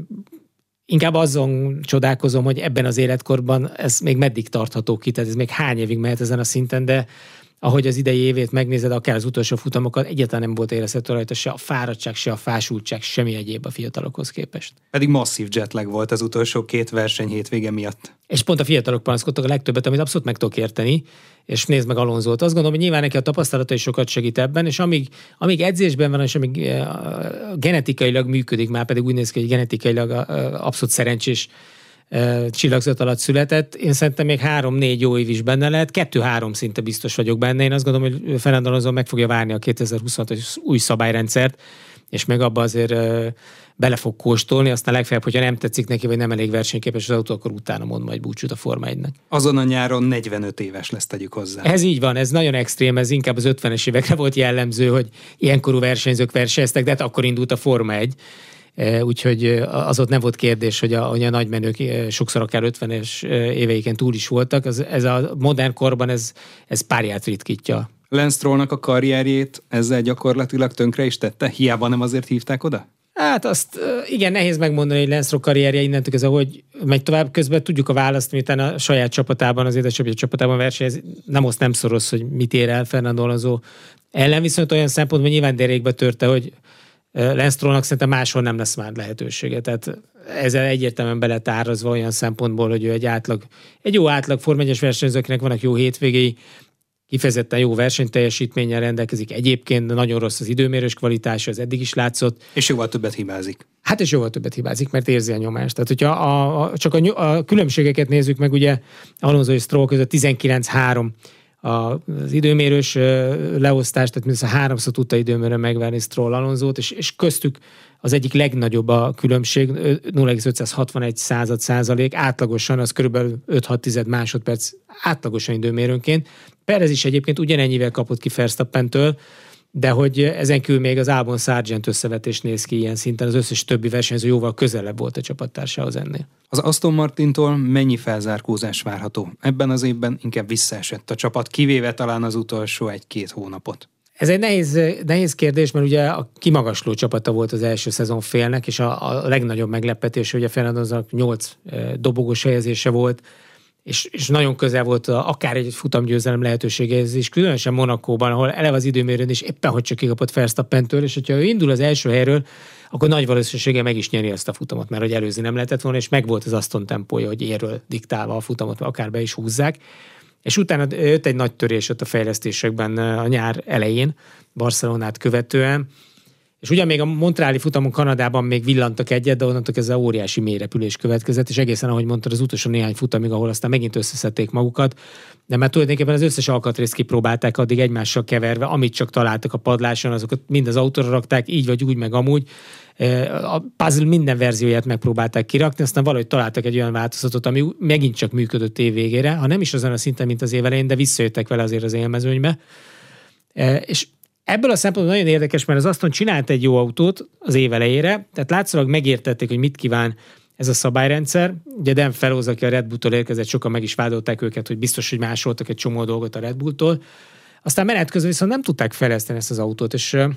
inkább azon csodálkozom, hogy ebben az életkorban ez még meddig tartható ki, tehát ez még hány évig mehet ezen a szinten, de ahogy az idei évét megnézed, akár az utolsó futamokat, egyáltalán nem volt érezhető rajta se a fáradtság, se a fásultság, semmi egyéb a fiatalokhoz képest. Pedig masszív jetlag volt az utolsó két verseny hétvége miatt. És pont a fiatalok panaszkodtak a legtöbbet, amit abszolút meg tudok érteni, és nézd meg Alonsót. Azt gondolom, hogy nyilván neki a tapasztalata is sokat segít ebben, és amíg, amíg edzésben van, és amíg genetikailag működik, már pedig úgy néz ki, hogy genetikailag abszolút szerencsés csillagzat alatt született. Én szerintem még három-négy jó év is benne lehet, kettő-három szinte biztos vagyok benne. Én azt gondolom, hogy Fernando Alonso meg fogja várni a kétezer-huszonhatos új szabályrendszert, és meg abba azért bele fog kóstolni, aztán legfeljebb, hogyha nem tetszik neki, vagy nem elég versenyképes az autó, akkor utána mond majd búcsút a Forma egynek. Azon a nyáron negyvenöt éves lesz, tegyük hozzá. Ez így van, ez nagyon extrém, ez inkább az ötvenes évekre volt jellemző, hogy ilyenkorú versenyzők versenyeztek, de hát akkor indult a Forma egy. Úgyhogy az ott nem volt kérdés, hogy a, hogy a nagymenők sokszor akár ötvenes éveiken túl is voltak. Ez, ez a modern korban ez, ez párját ritkítja. Lance Strollnak a karrierjét ezzel gyakorlatilag tönkre is tette? Hiába nem azért hívták oda? Hát azt igen, nehéz megmondani, hogy Lance Stroll karrierje innentől ez, ahogy megy tovább, közben tudjuk a választ, miután a saját csapatában, az édesapja csapatában versenyez, nem osz nem szoros, hogy mit ér el Fernando Alonso ellen, viszont olyan szempontból nyilván derékbe törte, hogy Lance Strollnak szerintem máshol nem lesz már lehetősége. Tehát ezzel egyértelműen be lett árazva olyan szempontból, hogy ő egy átlag, egy jó átlag Forma egyes versenyzőknek vannak jó hétvégéi, kifejezetten jó versenyteljesítménnyel rendelkezik. Egyébként nagyon rossz az időmérős kvalitása, az eddig is látszott. És jóval többet hibázik. Hát és jóval többet hibázik, mert érzi a nyomást. Tehát, hogyha a, a, csak a, a különbségeket nézzük meg, ugye Alonso és Stroll között tizenkilenc három az időmérős leosztást, tehát mindössze háromszor tudta időmérőre megverni Stroll Alonsót, és, és köztük az egyik legnagyobb a különbség, nulla egész ötszázhatvanegy század százalék, átlagosan az körülbelül öt-hat tized másodperc átlagosan időmérőnként. Perez is egyébként ugyanennyivel kapott ki Verstappentől, de hogy ezen kívül még az Albon Sargent összevetés néz ki ilyen szinten, az összes többi versenyző jóval közelebb volt a csapattársához ennél. Az Aston Martintól mennyi felzárkózás várható? Ebben az évben inkább visszaesett a csapat, kivéve talán az utolsó egy-két hónapot. Ez egy nehéz, nehéz kérdés, mert ugye a kimagasló csapata volt az első szezon félnek, és a, a legnagyobb meglepetés, hogy a Fernandónak nyolc dobogós helyezése volt, és, és nagyon közel volt a, akár egy futamgyőzelem lehetőségehez is, különösen Monakóban, ahol eleve az időmérőn is éppen hogy csak kikapott Verstappentől, és hogyha ő indul az első helyről, akkor nagy valószínűséggel meg is nyeri ezt a futamot, mert hogy előzni nem lehetett volna, és megvolt az Aston tempója, hogy érről diktálva a futamot akár be is húzzák. És utána jött egy nagy törés ott a fejlesztésekben a nyár elején, Barcelonát követően, és ugyan még a montreali futamon Kanadában még villantak egyet, de onnantól ez a óriási mélyrepülés következett, és egészen, ahogy mondtad, az utolsó néhány futamig, ahol aztán megint összeszedték magukat, de már tulajdonképpen az összes alkatrészt kipróbálták addig egymással keverve, amit csak találtak a padláson, azokat mind az autóra rakták, így vagy úgy, meg amúgy. A puzzle minden verzióját megpróbálták kirakni, aztán valahogy találtak egy olyan változatot, ami megint csak működött év végére, ha nem is azon a szinten, mint az év elején, de visszajöttek vele azért az élmezőnybe. És ebből a szempontból nagyon érdekes, mert az Aston csinált egy jó autót az év elejére, tehát látszólag megértették, hogy mit kíván ez a szabályrendszer. Ugye Dan Fellows, aki a Red Bulltól érkezett, sokan meg is vádolták őket, hogy biztos, hogy másoltak egy csomó dolgot a Red Bulltól. Aztán menet közben viszont nem tudták fejleszteni ezt az autót, és uh,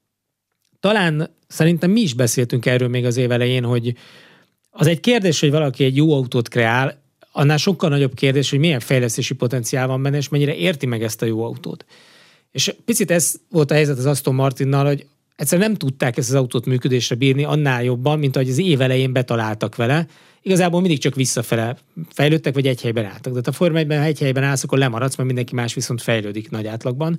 talán szerintem mi is beszéltünk erről még az év elején, hogy az egy kérdés, hogy valaki egy jó autót kreál, annál sokkal nagyobb kérdés, hogy milyen fejlesztési potenciál van benne, és mennyire érti meg ezt a jó autót. És picit ez volt a helyzet az Aston Martinnal, hogy egyszerűen nem tudták ezt az autót működésre bírni annál jobban, mint ahogy az év elején betaláltak vele. Igazából mindig csak visszafele fejlődtek, vagy egy helyben álltak. De a Forma egyben, ha egy helyben állsz, akkor lemaradsz, mert mindenki más viszont fejlődik nagy átlagban.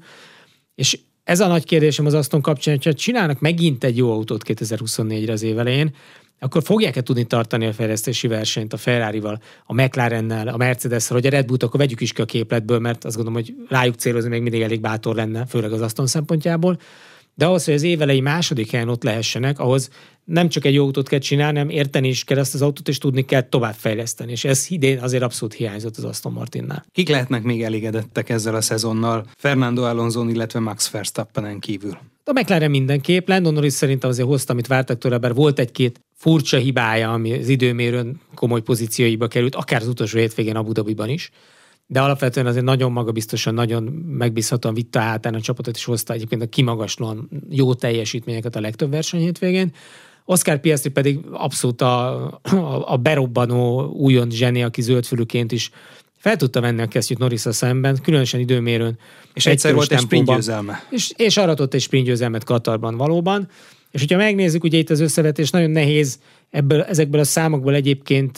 És ez a nagy kérdésem az Aston kapcsán, hogyha csinálnak megint egy jó autót kétezer-huszonnégyre az év elején, akkor fogják-e tudni tartani a fejlesztési versenyt a Ferrarival, a McLarennel, a Mercedes-szel, hogy a Red Bullt akkor vegyük is ki a képletből, mert azt gondolom, hogy rájuk célozni még mindig elég bátor lenne, főleg az Aston szempontjából. De ahhoz, hogy az évelei második helyen ott lehessenek, ahhoz nem csak egy jó autót kell csinálni, hanem érteni is kell ezt az autót, és tudni kell továbbfejleszteni. És ez idén azért abszolút hiányzott az Aston Martinnál. Kik lehetnek még elégedettek ezzel a szezonnal Fernando Alonso, illetve Max Verstappenen kívül? A McLaren mindenképp. Lando Norris szerintem azért hozta, amit vártak tőle, bár volt egy-két furcsa hibája, ami az időmérőn komoly pozícióiba került, akár az utolsó hétvégén Abu Dhabiban is. De alapvetően azért nagyon magabiztosan, nagyon megbízhatóan vitte hátán a csapatot, és hozta egyébként a kimagaslóan jó teljesítményeket a legtöbb verseny hétvégén. Oscar Piastri pedig abszolút a, a, a berobbanó újon zseni, aki zöldfülűként is fel tudta venni a kesztyűt Norrisszal szemben, különösen időmérőn. És egyszer volt egy sprintgyőzelme. És, és aratott egy sprintgyőzelmet Katarban valóban. És hogyha megnézzük, ugye itt az összevetés nagyon nehéz ebből, ezekből a számokból egyébként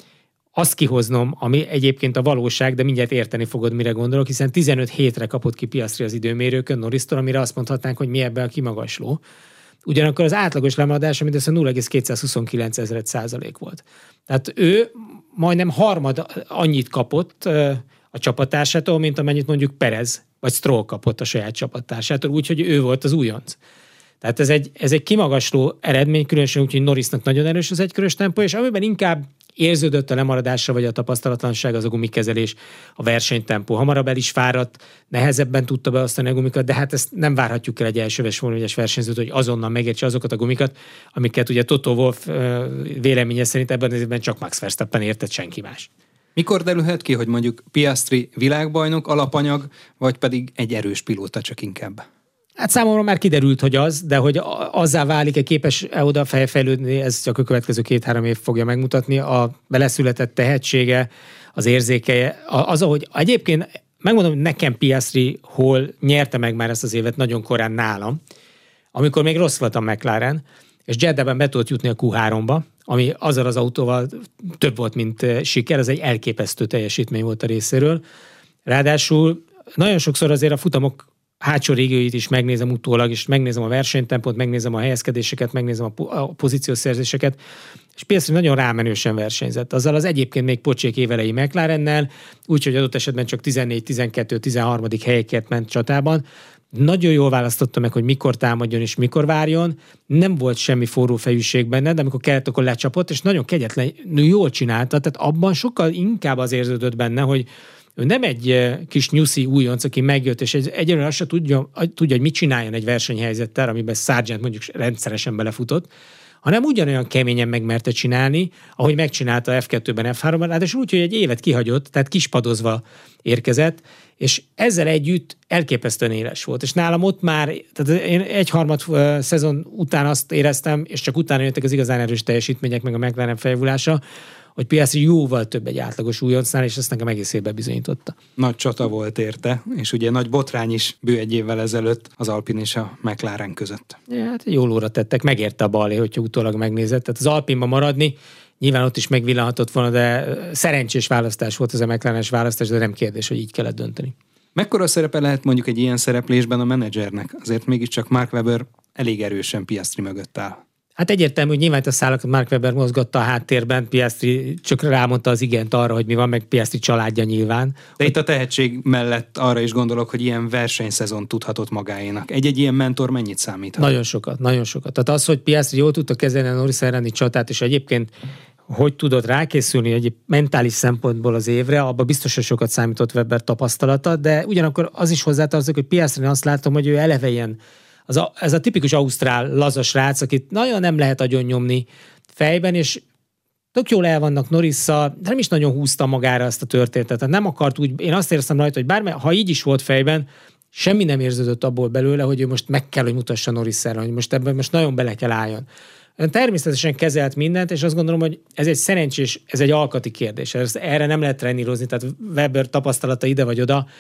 azt kihoznom, ami egyébként a valóság, de mindjárt érteni fogod, mire gondolok, hiszen tizenöt hétre kapott ki Piastri az időmérőkön Norristól, amire azt mondhatnánk, hogy mi ebben a kimagasló. Ugyanakkor az átlagos lemaradása mindössze nulla egész kétszázhuszonkilenc ezred százalék volt. Tehát ő majdnem harmad annyit kapott a csapattársától, mint amennyit mondjuk Perez vagy Stroll kapott a saját csapattársától, úgyhogy ő volt az újonc. Tehát ez egy, ez egy kimagasló eredmény, különösen úgy, hogy Norrisnak nagyon erős az egykörös tempó, és amiben inkább érződött a lemaradásra vagy a tapasztalatlanság, az a gumikezelés, a versenytempó. Hamarabb el is fáradt, nehezebben tudta beosztani a gumikat, de hát ezt nem várhatjuk el egy elsőves Forma egyes versenyzőt, hogy azonnal megértse azokat a gumikat, amiket ugye Toto Wolff véleménye szerint ebben az évben csak Max Verstappen értett, senki más. Mikor derülhet ki, hogy mondjuk Piastri világbajnok, alapanyag, vagy pedig egy erős pilóta csak inkább? Hát számomra már kiderült, hogy az, de hogy azzá válik-e képes-e oda fejlődni, ez csak a következő két-három év fogja megmutatni. A beleszületett tehetsége, az érzékeje, az, ahogy egyébként megmondom, hogy nekem Piastri hol nyerte meg már ezt az évet nagyon korán nálam, amikor még rossz volt a McLaren, és Jeddában be tudott jutni a kú háromba, ami azzal az autóval több volt, mint siker, ez egy elképesztő teljesítmény volt a részéről. Ráadásul nagyon sokszor azért a futamok hátsó régióit is megnézem utólag, és megnézem a versenytempót, megnézem a helyezkedéseket, megnézem a, po- a pozíciószerzéseket, és Piastri nagyon rámenősen versenyzett. Azzal az egyébként még pocsék évelei McLarennel, úgyhogy adott esetben csak tizennégy, tizenkettő, tizenharmadik helyeket ment csatában. Nagyon jól választotta meg, hogy mikor támadjon és mikor várjon. Nem volt semmi forró fejűség benne, de amikor kellett, akkor lecsapott, és nagyon kegyetlenül jól csinálta. Tehát abban sokkal inkább az érződött benne, hogy ő nem egy kis nyuszi újonc, aki megjött, és egy, egyelőre azt se tudja, tudja, hogy mit csináljon egy versenyhelyzettel, amiben Sargent mondjuk rendszeresen belefutott, hanem ugyanolyan keményen megmerte csinálni, ahogy megcsinálta ef kettőben, ef háromban, ráadásul úgy, hogy egy évet kihagyott, tehát kispadozva érkezett, és ezzel együtt elképesztően éles volt. És nálam ott már, tehát én egyharmad uh, szezon után azt éreztem, és csak utána jöttek az igazán erős teljesítmények, meg a McLaren felvulása, hogy Piastri jóval több egy átlagos újoncnál, és ezt nekem egész évben bizonyította. Nagy csata volt érte, és ugye nagy botrány is bő egy évvel ezelőtt az Alpine és a McLaren között. Ja, hát jól óra tettek, megérte a balé, hogyha utólag megnézett. Tehát az Alpinban maradni, nyilván ott is megvillanhatott volna, de szerencsés választás volt az a McLaren-es választás, de nem kérdés, hogy így kellett dönteni. Mekkora szerepe lehet mondjuk egy ilyen szereplésben a menedzsernek? Azért mégiscsak Mark Webber elég erősen Piastri mögött áll. Hát egyértelmű, hogy nyilván a szálakat Mark Webber mozgatta a háttérben, Piastri csak rámondta az igent arra, hogy mi van, meg Piastri családja nyilván. De hogy... itt a tehetség mellett arra is gondolok, hogy ilyen versenyszezon tudhatott magáénak. Egy-egy ilyen mentor mennyit számíthat? Nagyon sokat, nagyon sokat. Tehát az, hogy Piastri jól tudta kezelni a Norris elleni csatát, és egyébként hogy tudott rákészülni egy mentális szempontból az évre, abban biztos, hogy sokat számított Webber tapasztalata, de ugyanakkor az is hozzátartozik, hogy Piastrin azt látom, hogy ő eleve ilyen, az a, ez a tipikus ausztrál lazas rác, akit nagyon nem lehet agyon nyomni fejben, és tök jól el vannak Norrisszal, de nem is nagyon húzta magára ezt a történetet. Tehát nem akart úgy, én azt éreztem rajta, hogy bármely, ha így is volt fejben, semmi nem érződött abból belőle, hogy ő most meg kell, hogy mutassa Norrisszára, hogy most ebben most nagyon bele kell álljon. Természetesen kezelt mindent, és azt gondolom, hogy ez egy szerencsés, ez egy alkati kérdés. Erre nem lehet trenírozni, tehát Webber tapasztalata ide vagy oda.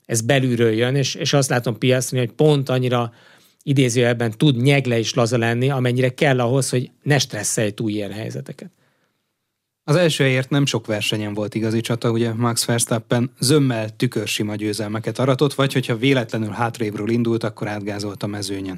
ez belülről jön, és, és azt látom Piastri, hogy pont annyira idézőjelben tud nyegle és laza lenni, amennyire kell ahhoz, hogy ne stresszelj túl ilyen helyzeteket. Az első helyért nem sok versenyen volt igazi csata, ugye Max Verstappen zömmel tükörsima győzelmeket aratott, vagy hogyha véletlenül hátrébről indult, akkor átgázolt a mezőnyen.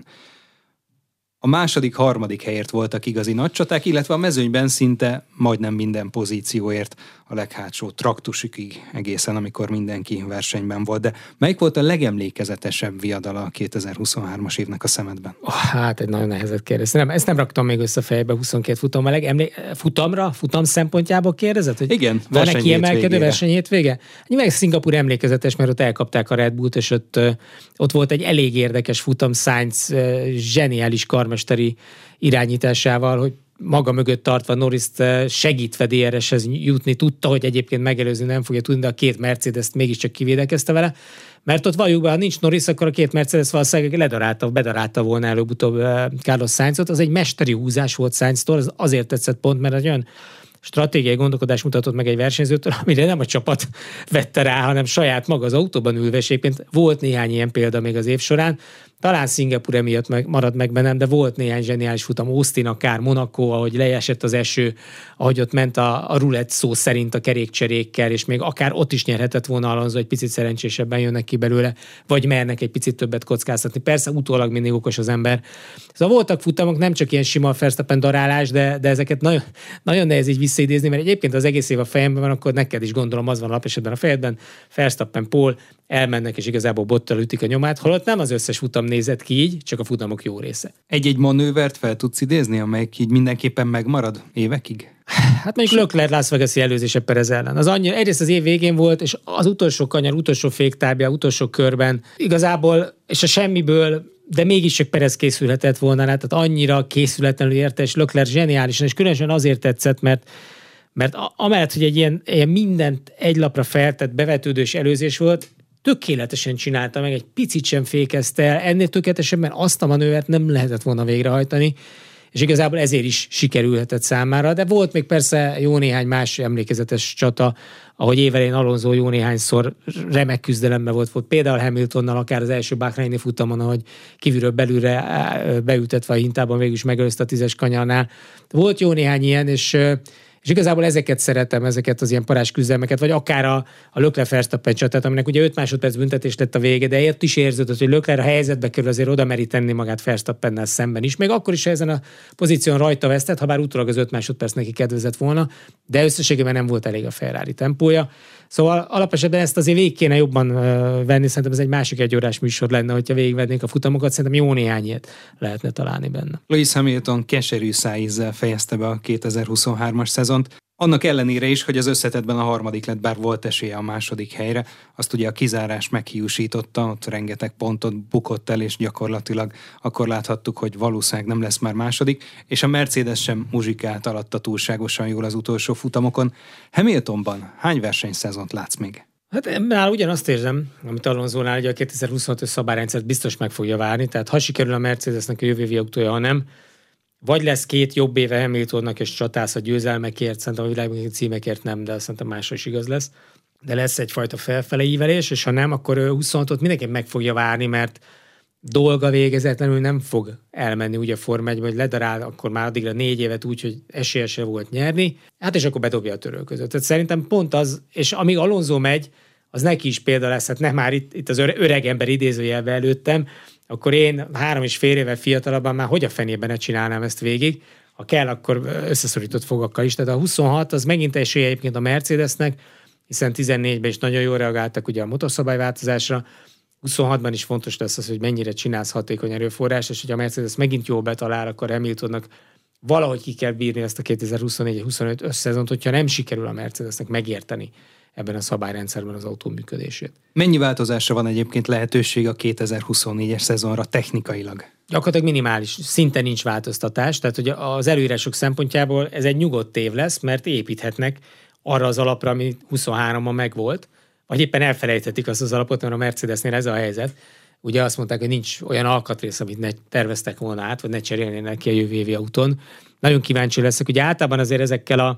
A második, harmadik helyért voltak igazi nagy csaták, illetve a mezőnyben szinte majdnem minden pozícióért a leghátsó traktusükig egészen, amikor mindenki versenyben volt. De melyik volt a legemlékezetesebb viadala a kétezer-huszonhármas évnek a szemedben? Oh, hát egy nagyon nehezet kérdez. Nem, ezt nem raktam még össze fejbe huszonkét futammal. Emlé- futamra, futam szempontjából kérdezed? Hogy igen, van-e kiemelkedő versenyhétvége? Nyilván Szingapúr emlékezetes, mert ott elkapták a Red Bullt, és ott, ott volt egy elég érdekes futam, Sainz zseniális karmesteri irányításával, hogy maga mögött tartva Norrist segítve dé er es-hez jutni tudta, hogy egyébként megelőzni nem fogja tudni, de a két Mercedes-t mégiscsak kivédekezte vele, mert ott valljuk be, ha nincs Norris, akkor a két Mercedes valószínűleg ledarálta, bedarálta volna előbb-utóbb Carlos Sainzot. Az egy mesteri húzás volt Sainztól, az azért tetszett pont, mert egy olyan stratégiai gondolkodás mutatott meg egy versenyzőtől, amire nem a csapat vette rá, hanem saját maga az autóban ülve, és egyébként volt néhány ilyen példa még az év során. Talán Szingapúr emiatt meg, maradt meg bennem, de volt néhány zseniális futam, Austin, akár Monaco, ahogy leesett az eső, ahogy ott ment a, a rulett szó szerint a kerékcserékkel, és még akár ott is nyerhetett volna Alonso, egy picit szerencsésebben jönnek ki belőle, vagy mernek egy picit többet kockáztatni. Persze utólag mindig okos az ember. Szóval voltak futamok, nem csak ilyen sima Verstappen darálás, de, de ezeket nagyon, nagyon nehéz így visszaidézni, mert egyébként az egész év a fejemben van, akkor neked is gondolom az van alapesetben a fejedben, Verstappen, Paul elmennek, és igazából bottal ütik a nyomát, holott nem az összes futam nézett ki így, csak a futamok jó része. Egy-egy manővert fel tudsz idézni, amelyik így mindenképpen megmarad évekig? Hát mondjuk Leclerc Las Vegas-i előzése Perez ellen. Az annyira, egyrészt az év végén volt, és az utolsó kanyar, utolsó féktábja, utolsó körben igazából, és a semmiből, de mégis csak Perez készülhetett volna, tehát annyira készületlenül érte, és Leclerc zseniálisan, és különösen azért tetszett, mert mert amellett, hogy egy ilyen, ilyen mindent egy lapra feltett bevetődős előzés volt, tökéletesen csinálta meg, egy picit sem fékezte el, ennél tökéletesebben azt a manővert nem lehetett volna végrehajtani, és igazából ezért is sikerülhetett számára, de volt még persze jó néhány más emlékezetes csata, ahogy évelején Alonso jó néhányszor remek küzdelemben volt, volt például Hamiltonnal, akár az első Bahreini futamon, ahogy kívülről belülre beütetve a hintában végül is megelőzte a tízes kanyarnál. Volt jó néhány ilyen, és És igazából ezeket szeretem, ezeket az ilyen parázs küzdelmeket, vagy akár a, a Leclerc-Verstappen csatát, aminek ugye öt másodperc büntetés lett a vége, de ért is érződött, hogy Leclerc a helyzetbe kerül, azért oda meri tenni magát Verstappennel szemben is. Még akkor is, ha ezen a pozíción rajta vesztett, ha bár utólag az öt másodperc neki kedvezett volna, de összességében nem volt elég a Ferrari tempója. Szóval alapesetben ezt azért végig kéne jobban uh, venni, szerintem ez egy másik egyórás műsor lenne, hogyha végigvennénk a futamokat, szerintem jó néhány ilyet lehetne találni benne. Lewis Hamilton keserű szájízzel fejezte be a kétezer-huszonhármas szezont. Annak ellenére is, hogy az összetettben a harmadik lett, bár volt esélye a második helyre, azt ugye a kizárás meghiúsította, ott rengeteg pontot bukott el, és gyakorlatilag akkor láthattuk, hogy valószínűleg nem lesz már második, és a Mercedes sem muzsikált alatta túlságosan jól az utolsó futamokon. Hamiltonban hány versenyszezont látsz még? Hát már ugyanazt érzem, amit Alonsónál, hogy a kétezer-huszonötös szabályrendszert biztos meg fogja várni, tehát ha sikerül a Mercedesnek a jövő évi autója, ha nem, vagy lesz két jobb éve Hamiltonnak, és csatász a győzelmekért, szerintem a világbajnoki címekért nem, de szerintem másra is igaz lesz. De lesz egyfajta felfele ívelés, és ha nem, akkor huszonhatot mindenképp meg fogja várni, mert dolga végezetlenül nem fog elmenni úgy a Forma egybe, hogy ledarál akkor már addigra négy évet úgy, hogy esélyese volt nyerni, hát és akkor bedobja a törő között. Tehát szerintem pont az, és amíg Alonso megy, az neki is példa lesz, hát nem már itt, itt az öreg ember idézőjelbe előttem, akkor én három és fél éve fiatalabban már hogy a fenében ne csinálnám ezt végig, ha kell, akkor összeszorított fogakkal is. Tehát a huszonhat az megint esélye egyébként a Mercedesnek, hiszen tizennégyben is nagyon jól reagáltak ugye a motorszabályváltozásra, huszonhatban is fontos lesz az, hogy mennyire csinálsz hatékony erőforrás, és hogy a Mercedes megint jól betalál, akkor Hamiltonnak valahogy ki kell bírni ezt a kétezer-huszonnégy-huszonöt szezont, hogyha nem sikerül a Mercedesnek megérteni ebben a szabályrendszerben az autó működését. Mennyi változásra van egyébként lehetőség a kétezer-huszonnégyes szezonra technikailag? Gyakorlatilag minimális, szinte nincs változtatás, tehát hogy az előírások szempontjából ez egy nyugodt év lesz, mert építhetnek arra az alapra, ami huszonháromban megvolt, vagy éppen elfelejthetik azt az alapot, mert a Mercedesnél ez a helyzet. Ugye azt mondták, hogy nincs olyan alkatrész, amit ne terveztek volna át, vagy ne cserélnének ki a jövő évi autón. Nagyon kíváncsi leszek, ugye általában azért ezekkel a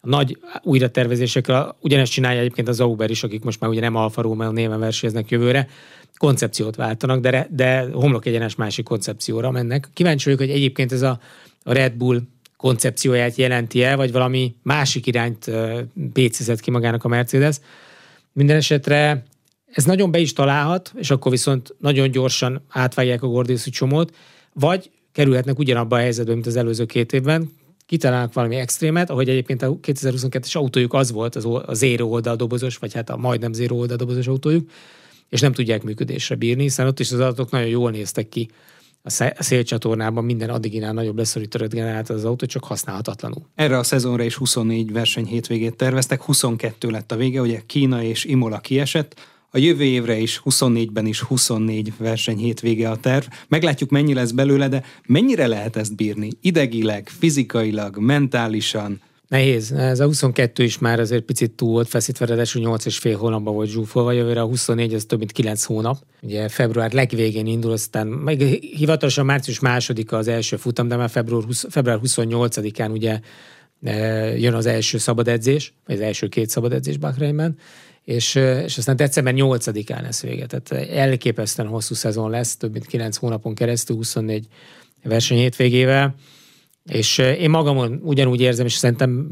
a nagy újratervezésekkel, ugyanezt csinálja egyébként az Sauber is, akik most már ugye nem Alfa Romeo néven versenyeznek jövőre, koncepciót váltanak, de, de homlok egyenes másik koncepcióra mennek. Kíváncsi vagyok, hogy egyébként ez a, a Red Bull koncepcióját jelenti-e, vagy valami másik irányt pécézett ki magának a Mercedes. Minden esetre ez nagyon be is találhat, és akkor viszont nagyon gyorsan átvágják a Gordiuszi csomót, vagy kerülhetnek ugyanabba a helyzetbe, mint az előző két évben, kitalálnak valami extrémet, ahogy egyébként a kétezer-huszonkettes autójuk az volt, az a zéró oldaldobozos, vagy hát a majdnem zéró oldaldobozos autójuk, és nem tudják működésre bírni, hiszen ott is az adatok nagyon jól néztek ki. A szélcsatornában minden addiginál nagyobb leszorítőt generált az autó, csak használhatatlanul. Erre a szezonra is huszonnégy verseny hétvégét terveztek, huszonkettő lett a vége, ugye Kína és Imola kiesett, a jövő évre is huszonnégyben is huszonnégy verseny hétvége a terv. Meglátjuk, mennyi lesz belőle, de mennyire lehet ezt bírni? Idegileg, fizikailag, mentálisan? Nehéz. Ez a huszonkettő is már azért picit túl volt feszítve, ráadásul nyolc és fél hónapban volt zsúfolva, jövőre a huszonnégy, ez több mint kilenc hónap. Ugye február legvégén indul, aztán meg hivatalosan március másodika az első futam, de már február huszonnyolcadikán ugye jön az első szabad edzés, vagy az első két szabad edzés Bahreinben, és, és aztán december nyolcadikán lesz vége. Tehát elképesztően hosszú szezon lesz, több mint kilenc hónapon keresztül, huszonnégy verseny hétvégével. És én magamon ugyanúgy érzem, és szerintem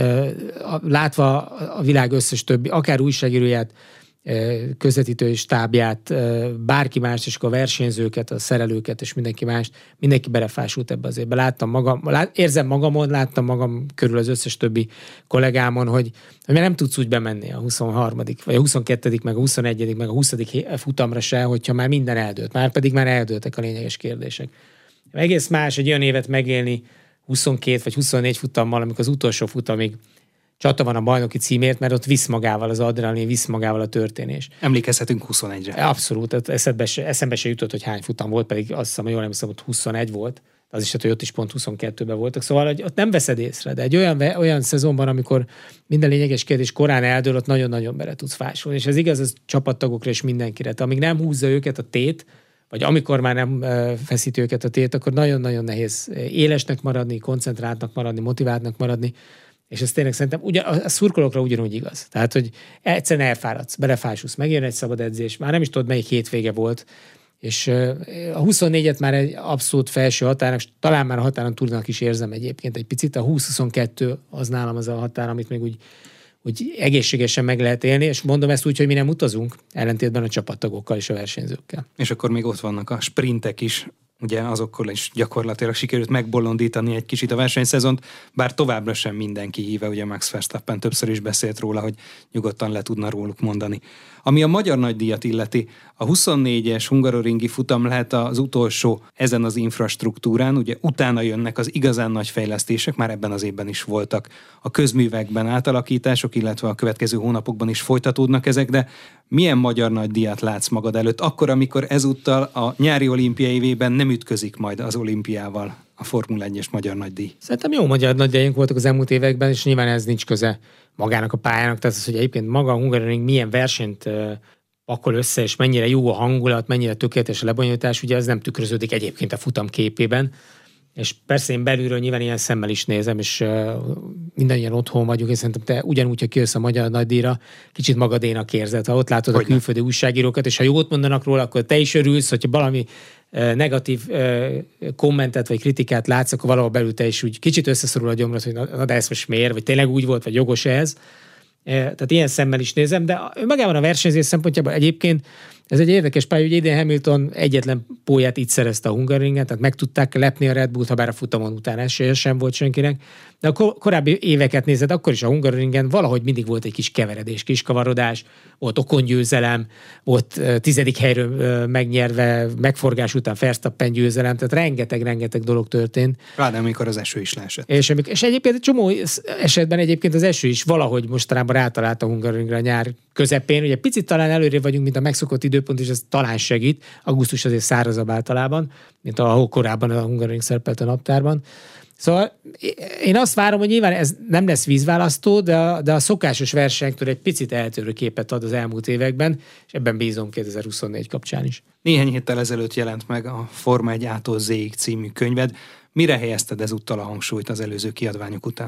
látva a világ összes többi, akár újságíróját, közvetítői stábját, bárki más, és a versenyzőket, a szerelőket, és mindenki más, mindenki belefásult ebbe az évbe. Láttam magam, lát, érzem magamon, láttam magam körül az összes többi kollégámon, hogy, hogy nem tudsz úgy bemenni a huszonharmadik vagy a huszonkettedik meg a huszonegyedik meg a huszadik futamra se, hogyha már minden eldőlt. Már pedig már eldőltek a lényeges kérdések. Egész más egy olyan évet megélni huszonkét vagy huszonnégy futammal, amikor az utolsó futamig csata van a bajnoki címért, mert ott visz magával az adrenalin, visz magával a történés. Emlékezhetünk huszonegyre. Abszolút, eszembe se, eszembe se jutott, hogy hány futam volt, pedig azt hiszem, hogy jól emlékszem, hogy huszonegy volt, az is, hogy ott is pont huszonkettőben voltak, szóval hogy ott nem veszed észre, de egy olyan, olyan szezonban, amikor minden lényeges kérdés korán eldől, ott nagyon-nagyon bele tudsz fásulni, és ez igaz az csapattagokra és mindenkire. Tehát amíg nem húzza őket a tét, vagy amikor már nem feszíti őket a tét, akkor nagyon-nagyon nehéz élesnek maradni, koncentráltnak maradni, motiváltnak maradni, és ez tényleg szerintem ugyan, a szurkolókra ugyanúgy igaz. Tehát, hogy egyszerűen elfáradsz, belefásulsz, megjön egy szabad edzés, már nem is tudod, melyik hétvége volt, és a huszonnégyet már egy abszolút felső határon, és talán már a határon túlnak is érzem egyébként egy picit, a húsz-huszonkettő az nálam az a határ, amit még úgy úgy egészségesen meg lehet élni, és mondom ezt úgy, hogy mi nem utazunk, ellentétben a csapattagokkal és a versenyzőkkel. És akkor még ott vannak a sprintek is, ugye azokkal is gyakorlatilag sikerült megbolondítani egy kicsit a versenyszezont, bár továbbra sem mindenki híve, ugye Max Verstappen többször is beszélt róla, hogy nyugodtan le tudna róluk mondani. Ami a magyar nagydíjat illeti, a huszonnégyes hungaroringi futam lehet az utolsó ezen az infrastruktúrán, ugye utána jönnek az igazán nagy fejlesztések, már ebben az évben is voltak a közművekben átalakítások, illetve a következő hónapokban is folytatódnak ezek, de milyen magyar nagydíjat látsz magad előtt, akkor, amikor ezúttal a nyári olimpiai évben nem ütközik majd az olimpiával a Formula egyes magyar nagydíj? Szerintem jó magyar nagydíjunk voltak az elmúlt években, és nyilván ez nincs köze magának a pályának, tehát az, hogy egyébként maga a Hungaroring milyen versenyt pakol össze, és mennyire jó a hangulat, mennyire tökéletes a lebonyolítás, ugye ez nem tükröződik egyébként a futam képében. És persze én belülről nyilván ilyen szemmel is nézem, és uh, mindannyian otthon vagyunk, és szerintem te ugyanúgy, ha kijössz a magyar nagydíjra, kicsit magadénak érzed. Ha ott látod hogy a külföldi újságírókat, és ha jót mondanak róla, akkor te is örülsz, hogyha valami uh, negatív uh, kommentet vagy kritikát látsz, akkor valahol belül te is úgy kicsit összeszorul a gyomrod, hogy na, na de ez most miért, vagy tényleg úgy volt, vagy jogos ez. Uh, tehát ilyen szemmel is nézem, de magában a versenyzés szempontjából egyébként ez egy érdekes pálya, hogy idén Hamilton egyetlen pólyát itt szerezte a Hungaroringen, tehát meg tudták lepni a Red Bullt, ha bár a futamon után esélye sem volt senkinek. De a korábbi éveket nézed, akkor is a Hungaroringen valahogy mindig volt egy kis keveredés, kis kavarodás, volt Ocon győzelem, volt tizedik helyről megnyerve, megforgás után Verstappen győzelem, tehát rengeteg-rengeteg dolog történt. Pláne amikor az eső is leesett. És, és egyébként egy csomó esetben egyébként az eső is valahogy mostanában rátalált a Hungaroringre a nyár közepén. Ugye picit talán előrébb vagyunk, mint a megszokott időpont, és ez talán segít. Augusztus azért szárazabb általában, mint ahol korábban a Hungaroring szerepelt a naptárban. Szóval én azt várom, hogy nyilván ez nem lesz vízválasztó, de a, de a szokásos versenyektől egy picit eltérő képet ad az elmúlt években, és ebben bízom kétezer-huszonnégy kapcsán is. Néhány héttel ezelőtt jelent meg a Forma egy A-tól Z-ig című könyved. Mire helyezted ezúttal a hangsúlyt az előző kiadványok után?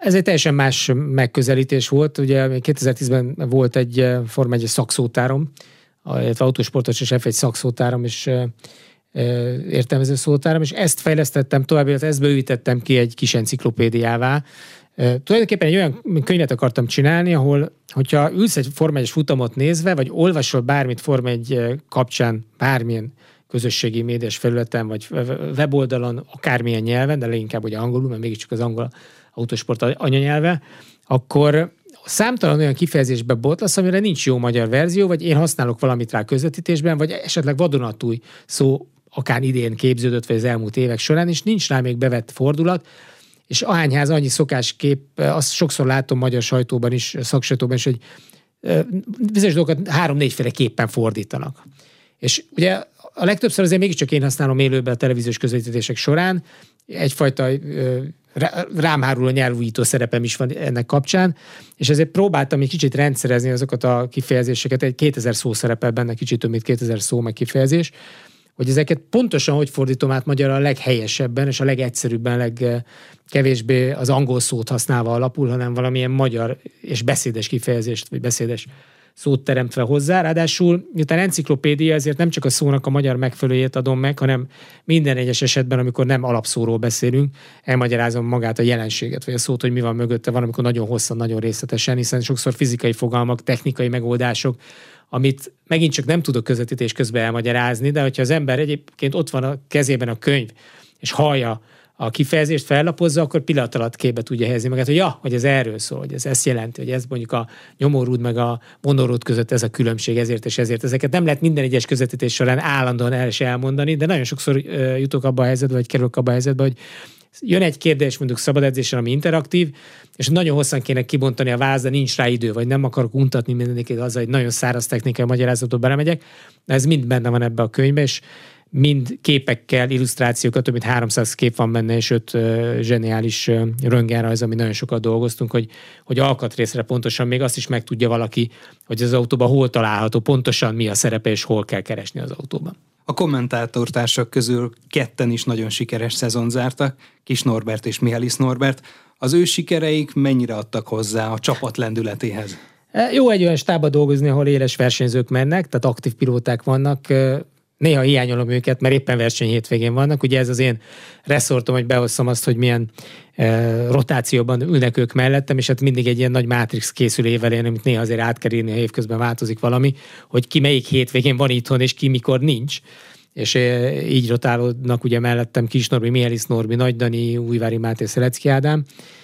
Ez egy teljesen más megközelítés volt. Ugye kétezer-tízben volt egy Forma egy szakszótárom, illetve autósportos és ef egy szakszótárom és értelmező szótárom, és ezt fejlesztettem tovább, illetve ezt bővítettem ki egy kis enciklopédiává. Tulajdonképpen egy olyan könyvet akartam csinálni, ahol, hogyha ülsz egy Forma egyes futamot nézve, vagy olvasol bármit Forma egy kapcsán, bármilyen közösségi médiás felületen, vagy weboldalon, akármilyen nyelven, de leginkább ugye angolul, mert mégiscsak az angol autósport anyanyelve, akkor számtalan olyan kifejezésbe botlasz, amire nincs jó magyar verzió, vagy én használok valamit rá közvetítésben, vagy esetleg vadonatúj szó akár idén képződött, vagy az elmúlt évek során, és nincs rá még bevett fordulat, és ahányház annyi szokáskép, azt sokszor látom magyar sajtóban is, szaksajtóban is, hogy bizonyos dolgokat három-négyféle képpen fordítanak. És ugye a legtöbbször azért mégiscsak én használom élőben a televíziós közvetítések során, egyfajta rám háruló nyelvújító szerepem is van ennek kapcsán, és ezért próbáltam egy kicsit rendszerezni azokat a kifejezéseket, egy kétezer szó szerepel benne, kicsit több mint kétezer szó meg kifejezés, hogy ezeket pontosan hogy fordítom át magyarra a leghelyesebben, és a legegyszerűbben, legkevésbé az angol szót használva alapul, hanem valamilyen magyar és beszédes kifejezést, vagy beszédes szót teremtve hozzá. Ráadásul, miután enciklopédia, ezért nem csak a szónak a magyar megfelelőjét adom meg, hanem minden egyes esetben, amikor nem alapszóról beszélünk, elmagyarázom magát a jelenséget, vagy a szót, hogy mi van mögötte, van, amikor nagyon hosszan, nagyon részletesen, hiszen sokszor fizikai fogalmak, technikai megoldások, amit megint csak nem tudok közvetítés közben elmagyarázni, de hogyha az ember egyébként ott van a kezében a könyv, és hallja a kifejezést, fellapozza, akkor pillanat alatt képbe tudja helyezni magát, hogy ja, hogy ez erről szól, hogy ez ezt jelenti, hogy ez mondjuk a nyomórúd meg a monorúd között ez a különbség, ezért és ezért. Ezeket nem lehet minden egyes közvetítés során állandóan el is elmondani, de nagyon sokszor uh, jutok abba a helyzetbe, vagy kerülök abba a helyzetbe, hogy jön egy kérdés mondjuk szabad edzésen, ami interaktív, és nagyon hosszan kéne kibontani a váz, de nincs rá idő, vagy nem akarok untatni mindenkit azzal, hogy nagyon száraz technikai magyarázatot belemegyek. Ez mind benne van ebbe a könyvbe, és mind képekkel, illusztrációkkal, több mint háromszáz kép van benne, és öt uh, zseniális uh, röntgenrajz, ami nagyon sokat dolgoztunk, hogy, hogy alkatrészre pontosan még azt is megtudja valaki, hogy az autóban hol található, pontosan mi a szerepe, és hol kell keresni az autóban. A kommentátortársak közül ketten is nagyon sikeres szezon zártak, Kis Norbert és Mihális Norbert. Az ő sikereik mennyire adtak hozzá a csapat lendületéhez? Jó egy olyan stábba dolgozni, ahol éles versenyzők mennek, tehát aktív pilóták vannak. Néha hiányolom őket, mert éppen verseny hétvégén vannak. Ugye ez az én reszortom, hogy behozzam azt, hogy milyen e, rotációban ülnek ők mellettem, és hát mindig egy ilyen nagy mátrix készül évelén, amit néha azért át kell írni, ha évközben változik valami, hogy ki melyik hétvégén van itthon, és ki mikor nincs. És e, így rotálódnak ugye mellettem Kis Norbi, Mihális Norbi, Nagy Dani, Újvári Máté, Szelecki Ádám.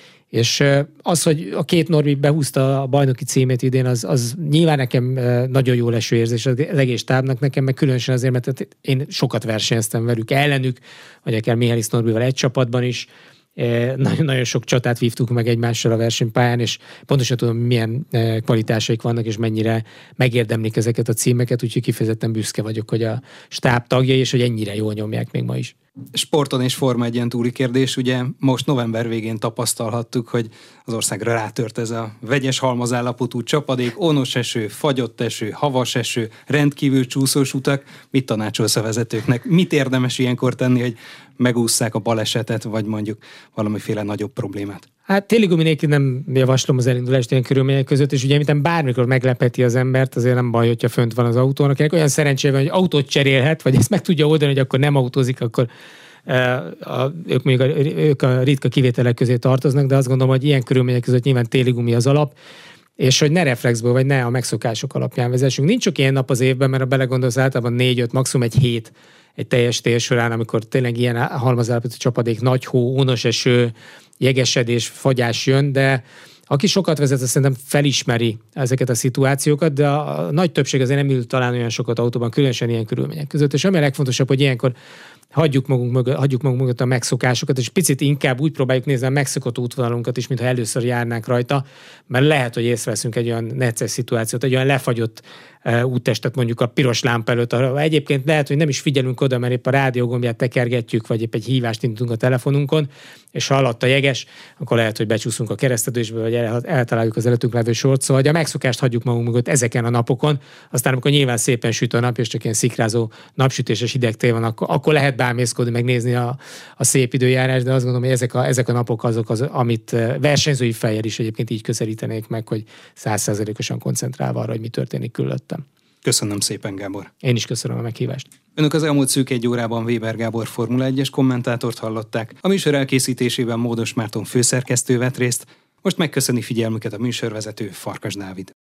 És az, hogy a két Norbi behúzta a bajnoki címét idén, az, az nyilván nekem nagyon jó leső érzés az egész tábnak, nekem meg különösen azért, mert én sokat versenyeztem velük ellenük, vagy akár Mihális Norbival egy csapatban is. Nagyon-nagyon sok csatát vívtuk meg egymással a versenypályán, és pontosan tudom, milyen kvalitásaik vannak, és mennyire megérdemlik ezeket a címeket, úgyhogy kifejezetten büszke vagyok, hogy a stáb tagjai, és hogy ennyire jól nyomják még ma is. Sporton és Forma egyen túli kérdés, ugye most november végén tapasztalhattuk, hogy az országra rátört ez a vegyes halmazállapotú csapadék, ónos eső, fagyott eső, havas eső, rendkívül csúszós utak. Mit tanácsolsz a vezetőknek? Mit érdemes ilyenkor tenni, hogy megússzák a balesetet, vagy mondjuk valamiféle nagyobb problémát? Hát téli gumi nélkül nem javaslom az elindulást ilyen körülmények között, és ugye említem, bármikor meglepeti az embert, azért nem baj, hogyha fönt van az autónak. Ennek olyan szerencsével, hogy autót cserélhet, vagy ezt meg tudja oldani, hogy akkor nem autózik, akkor e, a, ők mondjuk a, ők a ritka kivételek közé tartoznak, de azt gondolom, hogy ilyen körülmények között nyilván téli gumi az alap, és hogy ne reflexből, vagy ne a megszokások alapján vezessünk. Nincs csak ilyen nap az évben, mert ha belegondolsz, általában négy-öt, maximum egy hét egy teljes tél során, amikor tényleg ilyen halmazállapotú csapadék, nagy hó, ónos eső, jegesedés, fagyás jön, de aki sokat vezet, azt szerintem felismeri ezeket a szituációkat, de a nagy többség azért nem ül talán olyan sokat autóban, különösen ilyen körülmények között. És ami a legfontosabb, hogy ilyenkor hagyjuk magunk mögött, hagyjuk magunk mögött a megszokásokat, és picit inkább úgy próbáljuk nézni a megszokott útvonalunkat is, mintha először járnánk rajta, mert lehet, hogy észreveszünk egy olyan necces szituációt, egy olyan lefagyott uh, úttestet mondjuk a piros lámpa előtt. Egyébként lehet, hogy nem is figyelünk oda, mert épp a rádiógombját tekergetjük, vagy épp egy hívást indítunk a telefonunkon, és ha alatt a jeges, akkor lehet, hogy becsúszunk a kereszteződésbe, vagy eltaláljuk az előttünk levő sort. Szóval, hogy a megszokást hagyjuk magunk mögött ezeken a napokon, aztán amikor nyilván szépen süt a nap, és csak ilyen szikrázó napsütéses hideg tél van, akkor, akkor lehet bámészkodni, megnézni a, a szép időjárás, de azt gondolom, hogy ezek a, ezek a napok azok, az, amit versenyzői fejjel is egyébként így közelítenék meg, hogy száz százalékosan koncentrálva arra, hogy mi történik körülöttem. Köszönöm szépen, Gábor. Én is köszönöm a meghívást. Önök az elmúlt szűk egy órában Weber Gábor Formula egyes kommentátort hallották. A műsor elkészítésében Módos Márton főszerkesztő vett részt. Most megköszöni figyelmüket a műsorvezető, Farkas Dávid.